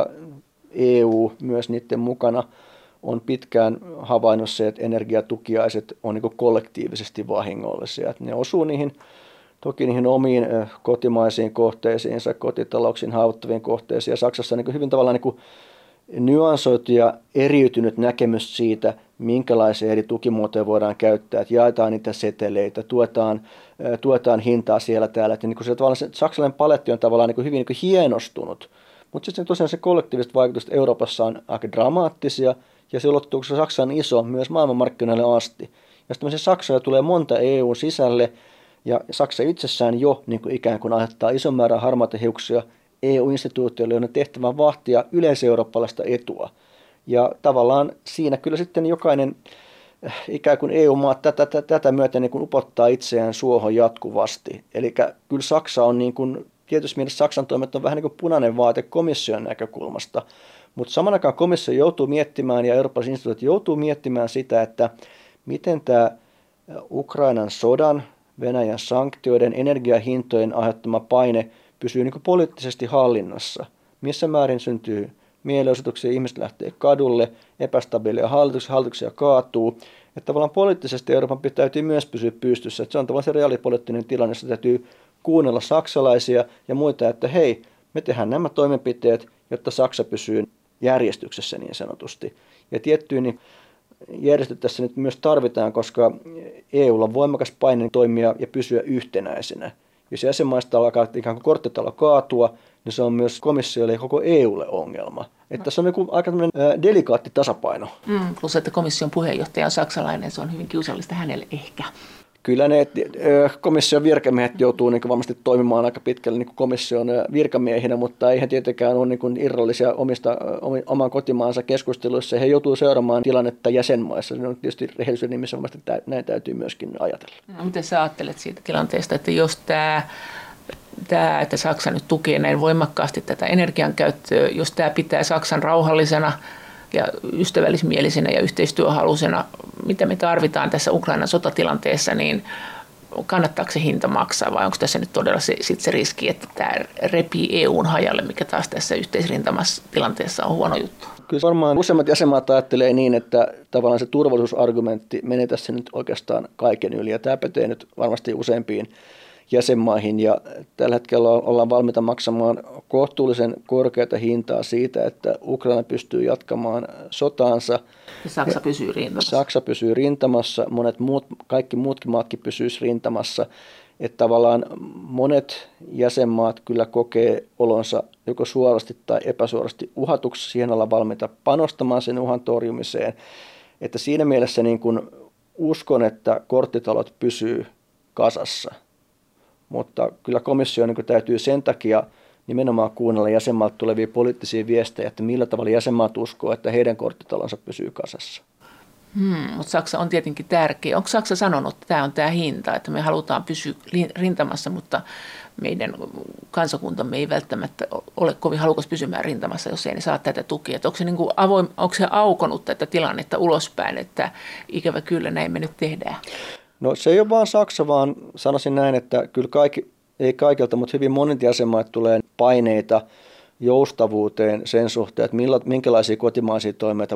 EU myös niiden mukana on pitkään havainnut se, että energiatukiaiset on kollektiivisesti vahingollisia. Että ne osuu toki niihin omiin kotimaisiin kohteisiinsa, kotitalouksiin haavoittuviin kohteisiin. Ja Saksassa on hyvin tavallaan nyansoitu ja eriytynyt näkemys siitä, minkälaisia eri tukimuotoja voidaan käyttää. Että jaetaan niitä seteleitä, tuetaan hintaa siellä täällä. Että se saksalainen paletti on tavallaan hyvin hienostunut. Mutta sitten tosiaan se kollektiiviset vaikutukset Euroopassa on aika dramaattisia. Ja se ulottuu, koska Saksa on iso myös maailmanmarkkinoille asti. Ja sitten Saksaa tulee monta EUn sisälle, ja Saksa itsessään jo ikään kuin aiheuttaa ison määrän harmaita hiuksia EU-instituutioille, joiden tehtävä vahtia yleiseurooppalaista etua. Ja siinä kyllä sitten jokainen ikään kuin EU-maat tätä myöten upottaa itseään suohon jatkuvasti. Eli kyllä Saksa on tietysti mielessä Saksan toimet on vähän niin kuin punainen vaate komission näkökulmasta, mutta saman aikaan komissio joutuu miettimään ja eurooppalaiset instituutiot joutuu miettimään sitä, että miten tämä Ukrainan sodan, Venäjän sanktioiden, energiahintojen aiheuttama paine pysyy niin kuin poliittisesti hallinnassa. Missä määrin syntyy mielenosoituksia, ihmiset lähtee kadulle, epästabiileja hallituksia kaatuu. Että tavallaan poliittisesti Euroopan täytyy myös pysyä pystyssä. Että se on tavallaan se reaalipoliittinen tilanne, jossa täytyy kuunnella saksalaisia ja muita, että hei, me tehdään nämä toimenpiteet, jotta Saksa pysyy järjestyksessä niin sanotusti. Ja tiettyyn niin järjestöt tässä nyt myös tarvitaan, koska EUlla on voimakas paine toimia ja pysyä yhtenäisenä. Jos jäsenmaista alkaa ikään kuin korttitalo kaatua, niin se on myös komissiolle ja koko EUlle ongelma. Että tässä on aika delikaatti tasapaino. Plus, että komission puheenjohtaja on saksalainen, se on hyvin kiusallista hänelle ehkä. Kyllä ne komission virkamiehet joutuu niin varmasti toimimaan aika pitkälle niin komission virkamiehinä, mutta eihän tietenkään ole niin irrallisia oman kotimaansa keskusteluissa. He joutuu seuraamaan tilannetta jäsenmaissa. Se on tietysti rehellisyyden nimissä varmasti näin täytyy myöskin ajatella. No, miten sä ajattelet siitä tilanteesta, että jos että Saksa nyt tukee näin voimakkaasti tätä energiankäyttöä, jos tämä pitää Saksan rauhallisena ja ystävällismielisenä ja yhteistyöhaluisena, mitä me tarvitaan tässä Ukrainan sotatilanteessa, niin kannattaako se hinta maksaa vai onko tässä nyt todella se riski, että tämä repii EUn hajalle, mikä taas tässä yhteisrintamassa tilanteessa on huono juttu? Kyllä varmaan useimmat jäsenmaat ajattelee niin, että tavallaan se turvallisuusargumentti menee tässä nyt oikeastaan kaiken yli ja tämä pätee nyt varmasti useimpiin jäsenmaihin ja tällä hetkellä ollaan valmiita maksamaan kohtuullisen korkeata hintaa siitä, että Ukraina pystyy jatkamaan sotaansa. Ja Saksa pysyy rintamassa. Saksa pysyy rintamassa, kaikki muutkin maatkin pysyisivät rintamassa. Että tavallaan monet jäsenmaat kyllä kokee olonsa joko suorasti tai epäsuorasti uhatuksi, siihen ollaan valmiita panostamaan sen uhan torjumiseen. Että siinä mielessä niin kun uskon, että korttitalot pysyy kasassa. Mutta kyllä komissio niin täytyy sen takia nimenomaan kuunnella jäsenmaalta tulevia poliittisia viestejä, että millä tavalla jäsenmaat uskoo, että heidän korttitalonsa pysyy kasassa. Mutta Saksa on tietenkin tärkeä. Onko Saksa sanonut, että tämä on tämä hinta, että me halutaan pysyä rintamassa, mutta meidän kansakuntamme ei välttämättä ole kovin halukas pysymään rintamassa, jos ei ne saa tätä tukea. Että onko se aukonut tätä tilannetta ulospäin, että ikävä kyllä näin me nyt tehdään? No se ei ole vaan Saksa, vaan sanoisin näin, että kyllä ei kaikilta, mutta hyvin monet jäsenmaat tulee paineita joustavuuteen sen suhteen, että minkälaisia kotimaisia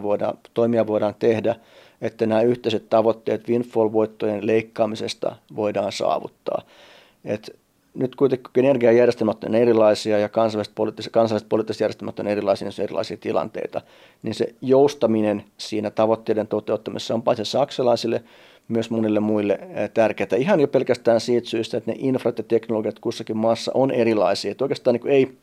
toimia voidaan tehdä, että nämä yhteiset tavoitteet windfall-voittojen leikkaamisesta voidaan saavuttaa. Et nyt kuitenkin energiajärjestelmät on erilaisia ja kansalliset poliittiset järjestelmät on erilaisia tilanteita, niin se joustaminen siinä tavoitteiden toteuttamisessa on paitsi saksalaisille, myös monille muille tärkeää. Ihan jo pelkästään siitä syystä, että ne infrat ja teknologiat kussakin maassa on erilaisia. Että oikeastaan niin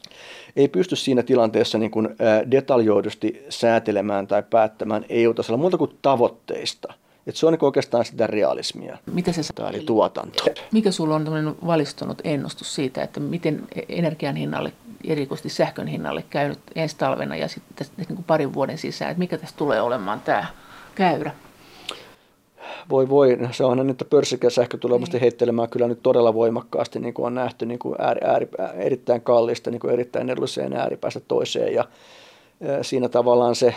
ei pysty siinä tilanteessa niin kuin detaljoidusti säätelemään tai päättämään EU-tasolla muuta kuin tavoitteista. Että se on niin oikeastaan sitä realismia. Mitä se eli tuotanto. Mikä sulla on tämmöinen valistunut ennustus siitä, että miten energian hinnalle, erikoisesti sähkön hinnalle käynyt ensi talvena ja sitten niin kuin parin vuoden sisään, että mikä tässä tulee olemaan tämä käyrä? Voi. Se onhan nyt pörssisähkö tulee heittelemään kyllä nyt todella voimakkaasti, niin kuin on nähty niin kuin erittäin kallista, niin kuin erittäin edulliseen ääripäästä toiseen. Ja siinä tavallaan se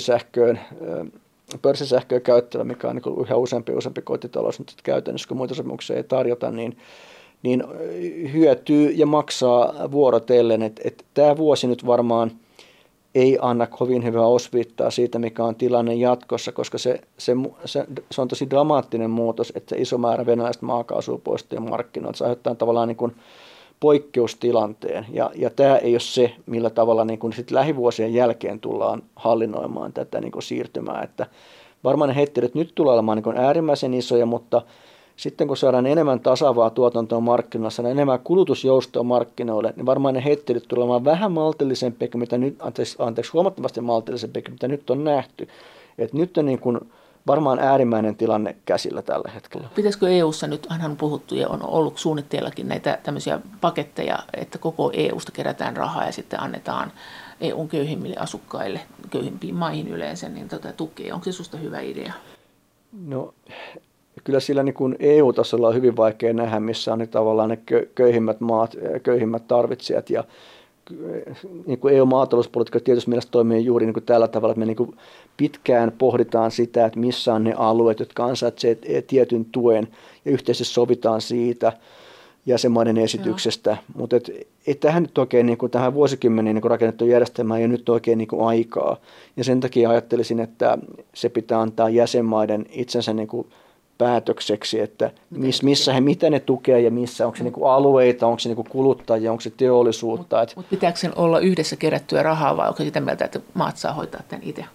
pörssisähköä käyttävä, mikä on niin kuin yhä useampi kotitalous nyt käytännössä, kun muita sopimuksia ei tarjota, niin hyötyy ja maksaa vuorotellen. Että tämä vuosi nyt varmaan ei anna kovin hyvää osviittaa siitä, mikä on tilanne jatkossa, koska se on tosi dramaattinen muutos, että se iso määrä venäläistä maakaasua poistuu markkinoilta. Se aiheuttaa tavallaan niin kuin poikkeustilanteen, ja tämä ei ole se, millä tavalla niin kuin sit lähivuosien jälkeen tullaan hallinnoimaan tätä niin kuin siirtymää. Että varmaan ne heittelyt nyt tulee olemaan niin kuin äärimmäisen isoja, mutta sitten kun saadaan enemmän tasavaa tuotantoa markkinoilla, saadaan enemmän kulutusjoustoa markkinoille, niin varmaan ne heittelyt tulee olemaan vähän maltillisempia kuin mitä nyt, huomattavasti maltillisempia kuin mitä nyt on nähty. Et nyt on niin kuin varmaan äärimmäinen tilanne käsillä tällä hetkellä. Pitäisikö EU:ssa nyt, aina on puhuttu ja on ollut suunnitteellakin näitä tämmöisiä paketteja, että koko EU:sta kerätään rahaa ja sitten annetaan EU:n köyhimmille asukkaille, köyhimpiin maihin yleensä, niin tukea. Onko se susta hyvä idea? No kyllä sillä niin kuin EU-tasolla on hyvin vaikea nähdä, missä on tavallaan ne köyhimmät maat, köyhimmät tarvitsijat. Ja niin kuin EU-maatalouspolitiikka tietysti mielestä toimii juuri niin kuin tällä tavalla, että me niin kuin pitkään pohditaan sitä, että missä on ne alueet, jotka ansaitsevat tietyn tuen ja yhteisesti sovitaan siitä jäsenmaiden esityksestä. Mutta ei tähän nyt oikein, niin kuin tähän vuosikymmeniin niin rakennettu järjestelmään ei ole nyt oikein niin kuin aikaa. Ja sen takia ajattelisin, että se pitää antaa jäsenmaiden itsensä niin kuin päätökseksi, että mitä ne tukee ja missä, onko se niin kuin alueita, onko se niin kuin kuluttajia, onko se teollisuutta. Mutta pitääkö sen olla yhdessä kerättyä rahaa vai onko sitä mieltä, että maat saa hoitaa tämän itse?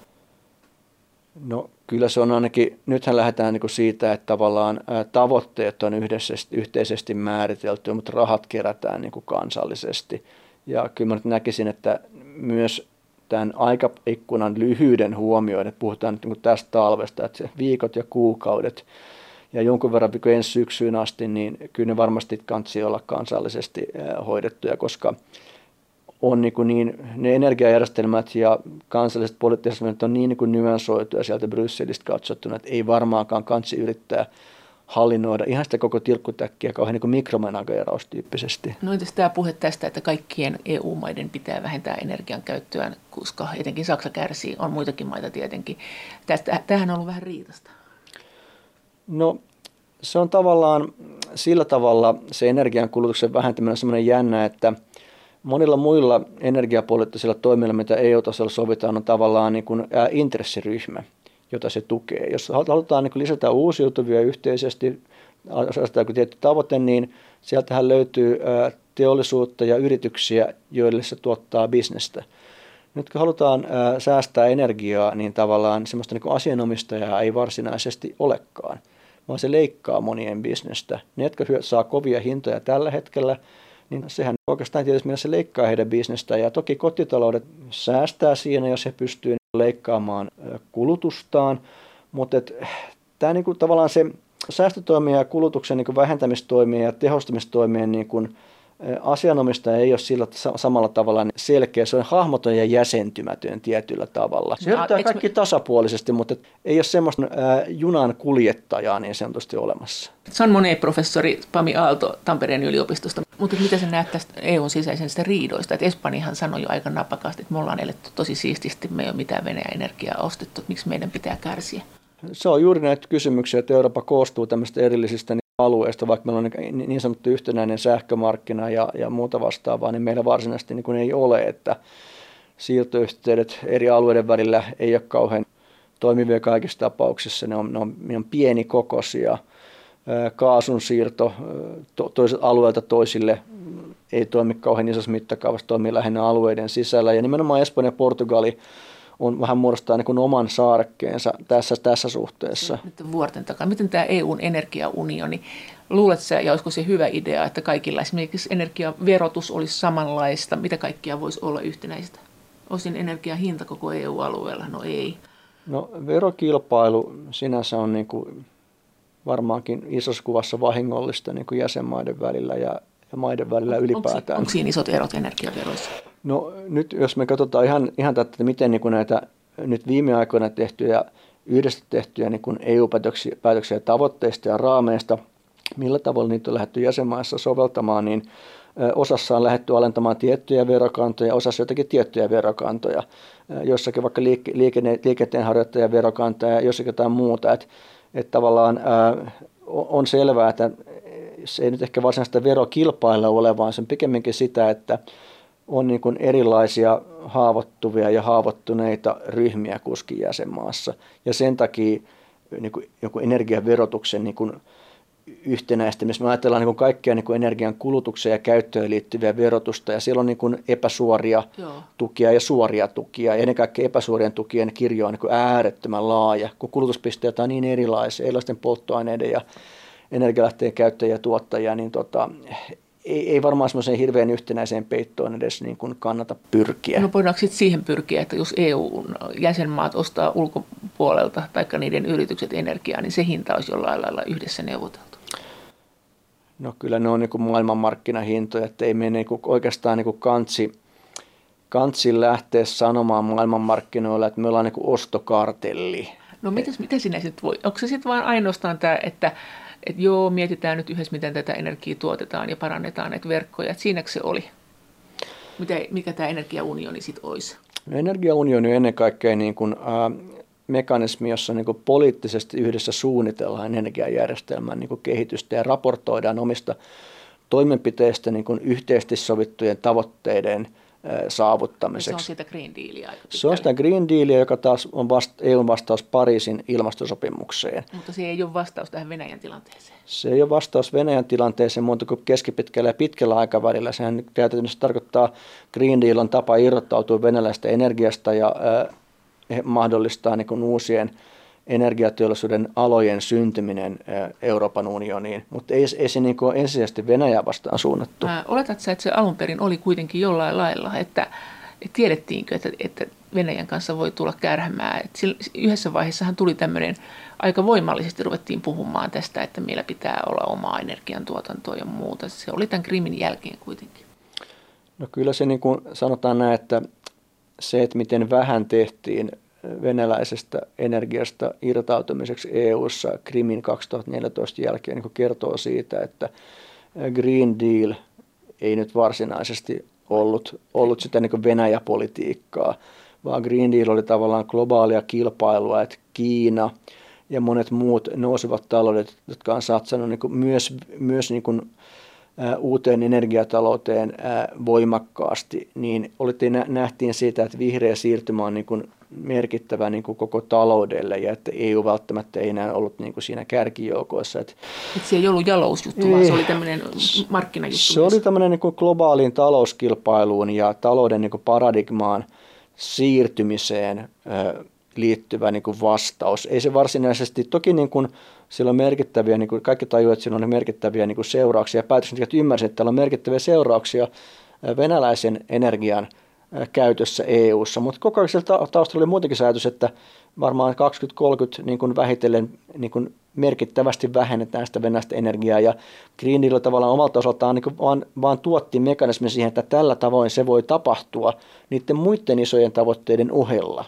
No kyllä se on ainakin, nythän lähdetään niin kuin siitä, että tavallaan tavoitteet on yhteisesti määritelty, mutta rahat kerätään niin kuin kansallisesti. Ja kyllä mä nyt näkisin, että myös tämän aikaikkunan lyhyyden huomioiden, että puhutaan nyt niin tästä talvesta, että viikot ja kuukaudet ja jonkun verran ensi syksyyn asti, niin kyllä ne varmasti kansi olla kansallisesti hoidettuja, koska on niin, ne energiajärjestelmät ja kansalliset poliittiset on niin nyansoituja sieltä Brysselistä katsottuna, että ei varmaankaan kansi yrittää hallinnoida ihan sitä koko tilkkutäkkiä kauhean niin mikromanageeraustyyppisesti. No entäs tämä puhe tästä, että kaikkien EU-maiden pitää vähentää energian käyttöään, koska etenkin Saksa kärsii, on muitakin maita tietenkin. Tämähän on ollut vähän riitasta. No se on tavallaan sillä tavalla se energiankulutuksen vähentäminen on semmoinen jännä, että monilla muilla energiapoliittisilla toimilla, mitä EU-tasolla sovitaan, on tavallaan niin kuin intressiryhmä, jota se tukee. Jos halutaan niin kuin lisätä uusiutuvia yhteisesti, asetetaan joku tietty tavoite, niin sieltähän löytyy teollisuutta ja yrityksiä, joille se tuottaa bisnestä. Nyt kun halutaan säästää energiaa, niin tavallaan semmoista niin kuin asianomistajaa ei varsinaisesti olekaan, vaan se leikkaa monien bisnestä. Ne, jotka saa kovia hintoja tällä hetkellä, niin sehän oikeastaan tietysti mielessä leikkaa heidän bisnestä. Ja toki kotitaloudet säästää siinä, jos he pystyvät leikkaamaan kulutustaan, mutta tämä niin kuin tavallaan se säästötoimien ja kulutuksen niin kuin vähentämistoimien ja tehostamistoimien niin kuin asianomistaja ei ole sillä samalla tavalla selkeä, se on hahmoton ja jäsentymätön tietyllä tavalla. Se yrittää kaikki tasapuolisesti, mutta ei ole semmoista junan kuljettajaa niin sanotusti olemassa. Se on Monet-professori Pami Aalto Tampereen yliopistosta, mutta mitä sä näet tästä EUn sisäisestä riidoista? Että Espanjahan sanoi jo aika napakasti, että me ollaan eletty tosi siististi, me ei ole mitään Venäjän energiaa ostettu, miksi meidän pitää kärsiä? Se on juuri näitä kysymyksiä, että Eurooppa koostuu tämmöistä erillisistä alueesta, vaikka meillä on niin sanottu yhtenäinen sähkömarkkina ja muuta vastaavaa, niin meillä varsinaisesti niin kuin ei ole, että siirtoyhteydet eri alueiden välillä ei ole kauhean toimivia kaikissa tapauksissa, ne on pienikokoisia. Kaasun siirto toiselta alueelta toisille ei toimi kauhean isossa mittakaavassa, toimii lähinnä alueiden sisällä, ja nimenomaan Espanja ja Portugali on vähän muodostaa niin oman saarekkeensa tässä suhteessa. Nyt vuorten takana. Miten tämä EUn energiaunioni, luuletko sä, ja olisiko se hyvä idea, että kaikilla esimerkiksi energiaverotus olisi samanlaista, mitä kaikkia voisi olla yhtenäistä? Osin energiahinta koko EU-alueella? No ei. No verokilpailu sinänsä on niin kuin varmaankin isossa kuvassa vahingollista niin kuin jäsenmaiden välillä ja maiden välillä ylipäätään. Onko siinä isot erot energiaveroissa? No nyt jos me katsotaan ihan tätä, että miten niin kuin näitä nyt viime aikoina tehtyjä, yhdessä tehtyjä niin kuin EU-päätöksiä tavoitteista ja raameista, millä tavalla niitä on lähdetty jäsenmaissa soveltamaan, niin osassa on lähdetty alentamaan tiettyjä verokantoja, osassa jotakin tiettyjä verokantoja, jossakin vaikka liikenteenharjoittajan verokantoja ja jossakin jotain muuta. Että tavallaan on selvää, että se ei nyt ehkä varsinaista verokilpailua ole, vaan se on pikemminkin sitä, että on niin kuin erilaisia haavoittuvia ja haavoittuneita ryhmiä kuskin jäsenmaassa. Ja sen takia niin kuin joku energiaverotuksen niin kuin yhtenäistämistä. Me ajatellaan niin kuin kaikkea niin kuin energian kulutukseen ja käyttöön liittyviä verotusta, ja siellä on niin kuin epäsuoria tukia ja suoria tukia. Ja ennen kaikkea epäsuorien tukien kirjo on niin kuin äärettömän laaja, kun kulutuspisteet on niin erilaisten polttoaineiden ja energialähteen käyttäjiä ja tuottajia, niin ei varmaan semmoiseen hirveän yhtenäiseen peittoon edes niin kuin kannata pyrkiä. No voidaanko sitten siihen pyrkiä, että jos EU-jäsenmaat ostaa ulkopuolelta tai niiden yritykset energiaa, niin se hinta olisi jollain lailla yhdessä neuvoteltu? No kyllä ne on niin kuin maailmanmarkkinahintoja, että ei me niin kuin oikeastaan niin kuin kansi lähteä sanomaan maailmanmarkkinoilla, että me ollaan niin kuin ostokartelli. No mitä sinä sitten voi? Onko se sitten vaan ainoastaan tämä, että joo, mietitään nyt yhdessä, miten tätä energiaa tuotetaan ja parannetaan näitä verkkoja. Että siinäkö se oli? Mikä tämä energiaunioni sitten olisi? No, energiaunioni on ennen kaikkea niin kuin, mekanismi, jossa niin kuin poliittisesti yhdessä suunnitellaan energiajärjestelmän niin kuin kehitystä ja raportoidaan omista toimenpiteistä niin kuin yhteisesti sovittujen tavoitteiden saavuttamiseksi. Se on sitä Green Dealia aika pitkälle. Se on sitä Green Dealia, joka taas on EUn vastaus Pariisin ilmastosopimukseen. Mutta se ei ole vastaus tähän Venäjän tilanteeseen. Se ei ole vastaus Venäjän tilanteeseen, mutta kuin keskipitkällä ja pitkällä aikavälillä. Sehän käytännössä tarkoittaa, Green Deal on tapa irrottautua venäläisestä energiasta ja mahdollistaa niin kuin uusien energiateollisuuden alojen syntyminen Euroopan unioniin, mutta ei se niin kuin ensisijaisesti Venäjää vastaan suunnattu. Oletatko sä, että se alun perin oli kuitenkin jollain lailla, että tiedettiinkö, että Venäjän kanssa voi tulla kärhmää? Yhdessä vaiheessahan tuli tämmöinen, aika voimallisesti ruvettiin puhumaan tästä, että meillä pitää olla omaa energiantuotantoa ja muuta. Se oli tämän Krimin jälkeen kuitenkin. No kyllä se niin kuin sanotaan näin, että se, että miten vähän tehtiin venäläisestä energiasta irtautumiseksi EU:ssa Krimin 2014 jälkeen, niin kertoo siitä, että Green Deal ei nyt varsinaisesti ollut sitä niin Venäjä-politiikkaa, vaan Green Deal oli tavallaan globaalia kilpailua, että Kiina ja monet muut nousevat taloudet, jotka on satsannut niin myös niin kuin uuteen energiatalouteen voimakkaasti, niin nähtiin siitä, että vihreä siirtymä on niin kuin merkittävä niin kuin koko taloudelle ja että EU välttämättä ei enää ollut niin kuin siinä kärkijoukoissa. Että se ei ollut jalousjuttu, vaan se oli tämmöinen markkinajuttu. Se oli tämmöinen niin kuin globaaliin talouskilpailuun ja talouden niin kuin paradigmaan siirtymiseen liittyvä niin kuin vastaus. Ei se varsinaisesti, toki niin kuin sillä on merkittäviä, niin kuin kaikki tajuavat, että sillä on merkittäviä niin kuin seurauksia. Päätöksentekijät ymmärsivät, että täällä on merkittäviä seurauksia venäläisen energian käytössä EU:ssa, mutta koko ajan taustalla oli muutenkin se ajatus, että varmaan 2030 niin kuin vähitellen niin kuin merkittävästi vähennetään sitä venäläistä energiaa ja Green Deal tavallaan omalta osaltaan niin kuin vaan tuotti mekanismin siihen, että tällä tavoin se voi tapahtua niiden muiden isojen tavoitteiden ohella.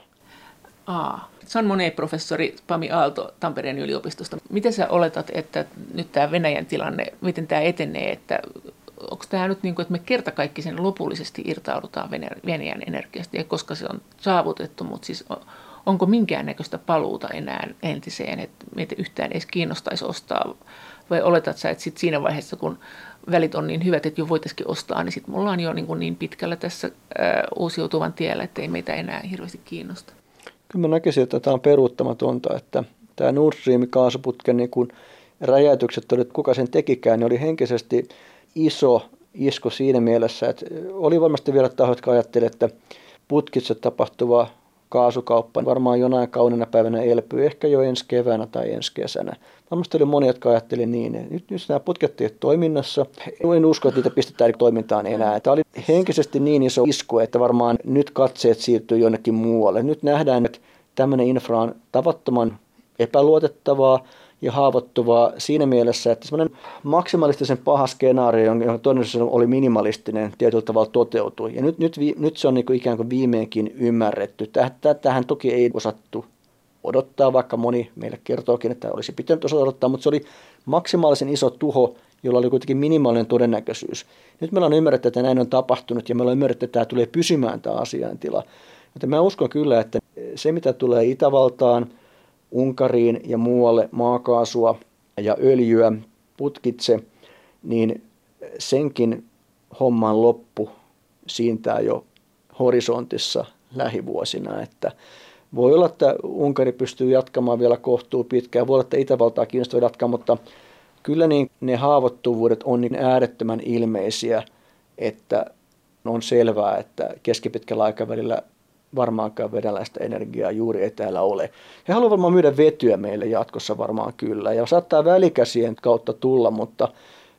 Jean Monnet-professori Pami Aalto Tampereen yliopistosta. Miten sä oletat, että nyt tämä Venäjän tilanne, miten tämä etenee, että onko tämä nyt niin kuin, että me kertakaikkisen lopullisesti irtaudutaan Venäjän energiasta, ja koska se on saavutettu, mutta siis onko minkäännäköistä paluuta enää entiseen, että meitä yhtään edes kiinnostaisi ostaa, vai oletat sä, että sit siinä vaiheessa, kun välit on niin hyvät, että jo voitaisiin ostaa, niin sitten me ollaan jo niin pitkällä tässä uusiutuvan tiellä, että ei meitä enää hirveästi kiinnosta. Kyllä mä näkisin, että tämä on peruuttamatonta, että tämä Nord Stream-kaasuputken niin kun räjäytykset, että kuka sen tekikään, niin oli henkisesti iso isku siinä mielessä, että oli varmasti vielä tahoja, jotka ajattelivat, että putkitse tapahtuva kaasukauppa varmaan jonain kaunina päivänä elpyy, ehkä jo ensi keväänä tai ensi kesänä. Varmasti oli monia, jotka ajattelivat niin, että nyt nämä putket eivät toiminnassa, en usko, että niitä pistetään toimintaan enää. Tämä oli henkisesti niin iso isku, että varmaan nyt katseet siirtyy jonnekin muualle. Nyt nähdään, että tämmöinen infra on tavattoman epäluotettavaa ja haavoittuvaa siinä mielessä, että semmoinen maksimalistisen paha skenaario, jonka todennäköisesti oli minimalistinen, tietyllä tavalla toteutui. Ja nyt se on niin kuin ikään kuin viimeinkin ymmärretty. Tähän toki ei osattu odottaa, vaikka moni meille kertookin, että olisi pitänyt osata odottaa, mutta se oli maksimaalisen iso tuho, jolla oli kuitenkin minimaalinen todennäköisyys. Nyt meillä on ymmärretty, että näin on tapahtunut ja meillä on ymmärretty, että tämä tulee pysymään tämä asiaintila. Joten mä uskon kyllä, että se mitä tulee Itävaltaan, Unkariin ja muualle maakaasua ja öljyä putkitse, niin senkin homman loppu siintää jo horisontissa lähivuosina. Että voi olla, että Unkari pystyy jatkamaan vielä kohtuu pitkään, voi olla, että Itävaltaa kiinnostaa jatkaa, mutta kyllä niin ne haavoittuvuudet on niin äärettömän ilmeisiä, että on selvää, että keskipitkällä aikavälillä varmaankaan venäläistä energiaa juuri ei täällä ole. He haluavat varmaan myydä vetyä meille jatkossa varmaan kyllä, ja saattaa välikäsien kautta tulla, mutta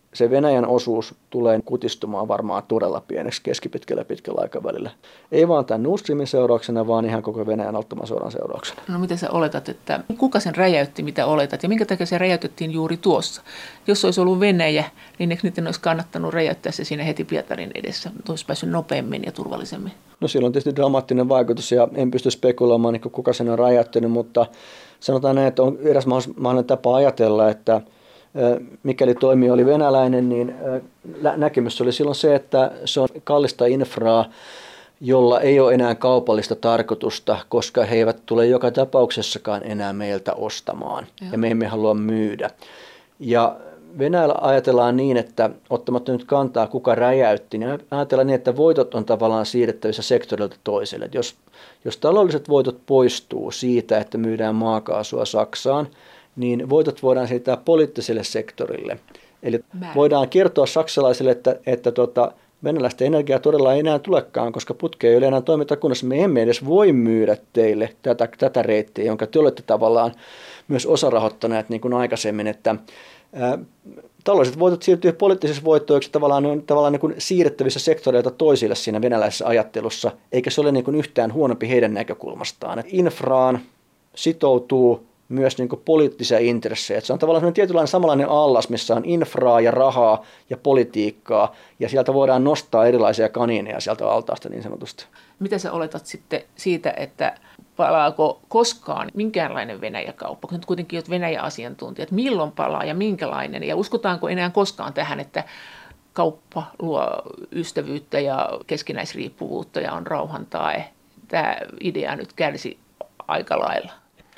se Venäjän osuus tulee kutistumaan varmaan todella pieneksi keskipitkällä ja pitkällä aikavälillä. Ei vaan tämän Nord Streamin seurauksena, vaan ihan koko Venäjän aloittaman sodan seurauksena. No mitä sä oletat, että kuka sen räjäytti, mitä oletat, ja minkä takia se räjäytettiin juuri tuossa? Jos olisi ollut Venäjä, niin eikö niiden olisi kannattanut räjäyttää se siinä heti Pietarin edessä? Olisi päässyt nopeammin ja turvallisemmin. No sillä on tietysti dramaattinen vaikutus, ja en pysty spekuloimaan, niin kuka sen on räjäyttänyt, mutta sanotaan näin, että on eräs mahdollinen tapa ajatella, että mikäli toimija oli venäläinen, niin näkemys oli silloin se, että se on kallista infraa, jolla ei ole enää kaupallista tarkoitusta, koska he eivät tule joka tapauksessakaan enää meiltä ostamaan. Ja me emme halua myydä. Ja Venäjällä ajatellaan niin, että ottamatta nyt kantaa, kuka räjäytti, niin ajatellaan niin, että voitot on tavallaan siirrettävissä sektorilta toiselle. Että jos taloudelliset voitot poistuu siitä, että myydään maakaasua Saksaan, niin voitot voidaan siirtää poliittiselle sektorille. Eli voidaan kertoa saksalaisille, että venäläistä energiaa todella ei enää tulekaan, koska putkea ei ole enää toimintakunnassa. Me emme edes voi myydä teille tätä reittiä, jonka te olette tavallaan myös osarahoittaneet niin kuin aikaisemmin, että taloudelliset voitot siirtyy poliittisiksi voittoiksi tavallaan niin kuin siirrettävissä sektoreilta toisille siinä venäläisessä ajattelussa, eikä se ole niin kuin yhtään huonompi heidän näkökulmastaan. Infraan sitoutuu myös niin kuin poliittisia intressejä. Se on tavallaan tietynlainen samanlainen allas, missä on infraa ja rahaa ja politiikkaa, ja sieltä voidaan nostaa erilaisia kaniineja sieltä altaasta niin sanotusti. Mitä sä oletat sitten siitä, että palaako koskaan minkäänlainen Venäjä-kauppa, kun nyt kuitenkin olet Venäjä-asiantuntijat, milloin palaa ja minkälainen, ja uskotaanko enää koskaan tähän, että kauppa luo ystävyyttä ja keskinäisriippuvuutta ja on rauhan tae. Tämä idea nyt kärsi aika lailla.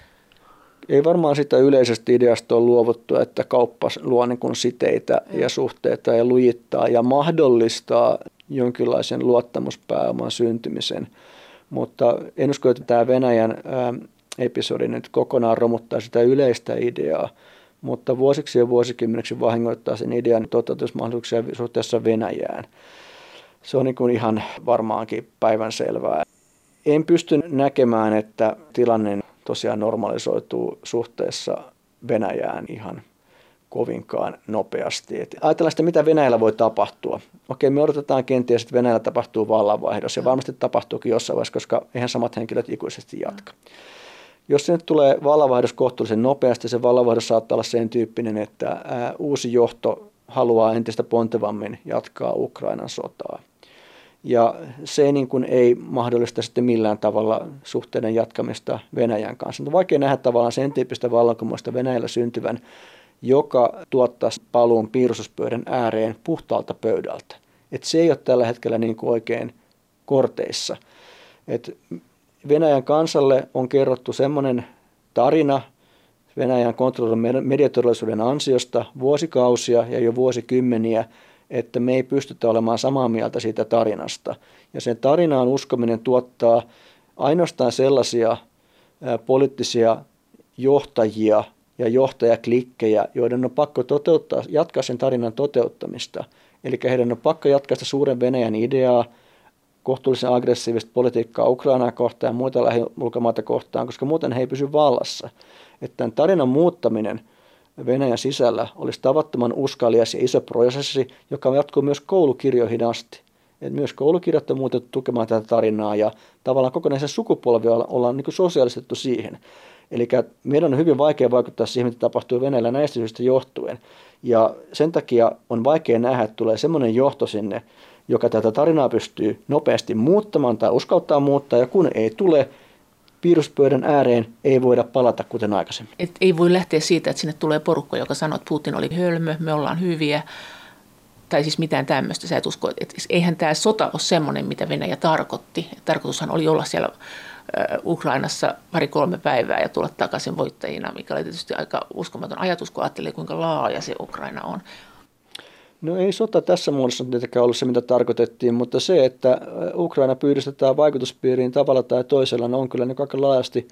Ei varmaan sitä yleisestä ideasta ole luovuttu, että kauppa luo niin kuin siteitä ja suhteita ja lujittaa ja mahdollistaa jonkinlaisen luottamuspääoman syntymisen. Mutta en usko, että tämä Venäjän episodi nyt kokonaan romuttaa sitä yleistä ideaa, mutta vuosiksi ja vuosikymmeneksi vahingoittaa sen idean toteutusmahdollisuuksia suhteessa Venäjään. Se on niin kuin ihan varmaankin päivänselvää. En pysty näkemään, että tilanne tosiaan normalisoituu suhteessa Venäjään ihan kovinkaan nopeasti. Ajatellaan sitä, mitä Venäjällä voi tapahtua. Okei, me odotetaan kenties, että Venäjällä tapahtuu vallanvaihdos, ja varmasti tapahtuukin jossain vaiheessa, koska eihän samat henkilöt ikuisesti jatka. Jos se nyt tulee vallanvaihdos kohtuullisen nopeasti, se vallanvaihdos saattaa olla sen tyyppinen, että uusi johto haluaa entistä pontevammin jatkaa Ukrainan sotaa. Ja se niin kuin ei mahdollista sitten millään tavalla suhteiden jatkamista Venäjän kanssa. On vaikea nähdä tavallaan sen tyyppistä vallankumousta Venäjällä syntyvän, joka tuottaa paluun piirustuspöydän ääreen puhtaalta pöydältä. Et se ei ole tällä hetkellä niin kuin oikein korteissa. Et Venäjän kansalle on kerrottu semmoinen tarina Venäjän kontrolloidun mediaturvallisuuden ansiosta vuosikausia ja jo vuosikymmeniä, että me ei pystytä olemaan samaa mieltä siitä tarinasta. Ja sen tarinaan uskominen tuottaa ainoastaan sellaisia poliittisia johtajia ja johtajaklikkejä, joiden on pakko jatkaa sen tarinan toteuttamista. Eli heidän on pakko jatkaa sitä suuren Venäjän ideaa, kohtuullisen aggressiivista politiikkaa Ukrainaa kohtaan ja muita lähiulkomaita kohtaan, koska muuten he ei pysy vallassa. Että tämän tarinan muuttaminen Venäjän sisällä olisi tavattoman uskalias ja iso prosessi, joka jatkuu myös koulukirjoihin asti. Et myös koulukirjat on muutettu tukemaan tätä tarinaa ja tavallaan kokonaisen sukupolvia ollaan niin kuin sosiaalistettu siihen. Eli meidän on hyvin vaikea vaikuttaa siihen, mitä tapahtuu Venäjällä näistä syistä johtuen. Ja sen takia on vaikea nähdä, että tulee semmoinen johto sinne, joka tätä tarinaa pystyy nopeasti muuttamaan tai uskaltaa muuttaa, ja kun ei tule, piiruspöydän ääreen ei voida palata kuten aikaisemmin. Et ei voi lähteä siitä, että sinne tulee porukka, joka sanoo, että Putin oli hölmö, me ollaan hyviä, tai siis mitään tämmöistä. Sä et usko, että eihän tämä sota ole semmoinen, mitä Venäjä tarkoitti. Tarkoitushan oli olla siellä Ukrainassa 2-3 päivää ja tulla takaisin voittajina, mikä oli tietysti aika uskomaton ajatus, kun ajattelee, kuinka laaja se Ukraina on. No ei sota tässä muodossa tietenkään ollut se, mitä tarkoitettiin, mutta se, että Ukraina pyydistetään vaikutuspiiriin tavalla tai toisella, on kyllä niin aika laajasti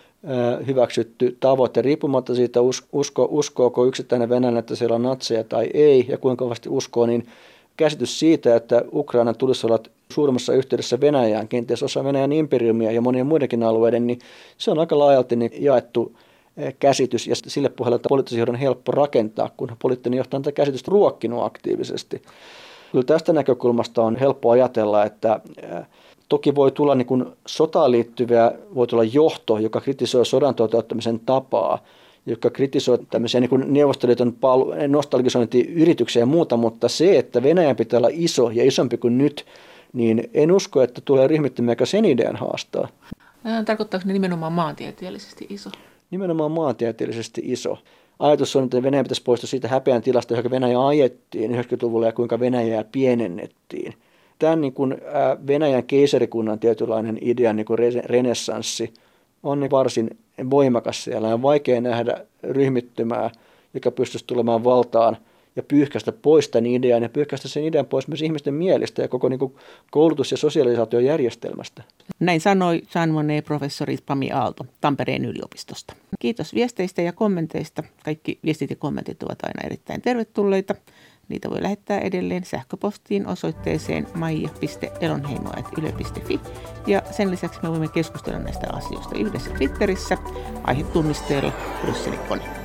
hyväksytty tavoite, riippumatta siitä, uskooko yksittäinen venäläinen, että siellä on natseja tai ei, ja kuinka kovasti uskoo, niin käsitys siitä, että Ukraina tulisi olla suurimmassa yhteydessä Venäjään, kenties osa Venäjän imperiumia ja monien muidenkin alueiden, niin se on aika laajalti jaettu käsitys ja sille pohjalle poliittisen johdon on helppo rakentaa, kun poliittinen johtaja on tätä käsitystä ruokkinut aktiivisesti. Kyllä tästä näkökulmasta on helppo ajatella, että toki voi tulla niin kuin sotaan liittyviä, voi tulla johto, joka kritisoi sodan toteuttamisen tapaa, joka kritisoi tämmöisiä niin kuin Neuvostoliiton nostalgisointiyrityksiä ja muuta, mutta se, että Venäjän pitää olla iso ja isompi kuin nyt, niin en usko, että tulee ryhmittymiä, joka sen idean haastaa. Tarkoittaako ne nimenomaan maantieteellisesti iso? Nimenomaan maantieteellisesti iso. Ajatus on, että Venäjä pitäisi poistua siitä häpeän tilasta, johon Venäjä ajettiin 90-luvulla ja kuinka Venäjää pienennettiin. Tämän niin kuin Venäjän keisarikunnan tietynlainen idean niin kuin renessanssi on varsin voimakas siellä. On vaikea nähdä ryhmittymää, joka pystyisi tulemaan valtaan ja pyyhkäistä pois tämän idean ja pyyhkäistä sen idean pois myös ihmisten mielestä ja koko niin kuin koulutus- ja sosialisaatiojärjestelmästä. Näin sanoi Jean Monnet-professori Pami Aalto Tampereen yliopistosta. Kiitos viesteistä ja kommenteista. Kaikki viestit ja kommentit ovat aina erittäin tervetulleita. Niitä voi lähettää edelleen sähköpostiin osoitteeseen maija.elonheimo@yle.fi. Ja sen lisäksi me voimme keskustella näistä asioista yhdessä Twitterissä aihetunnisteella Brysselin kone.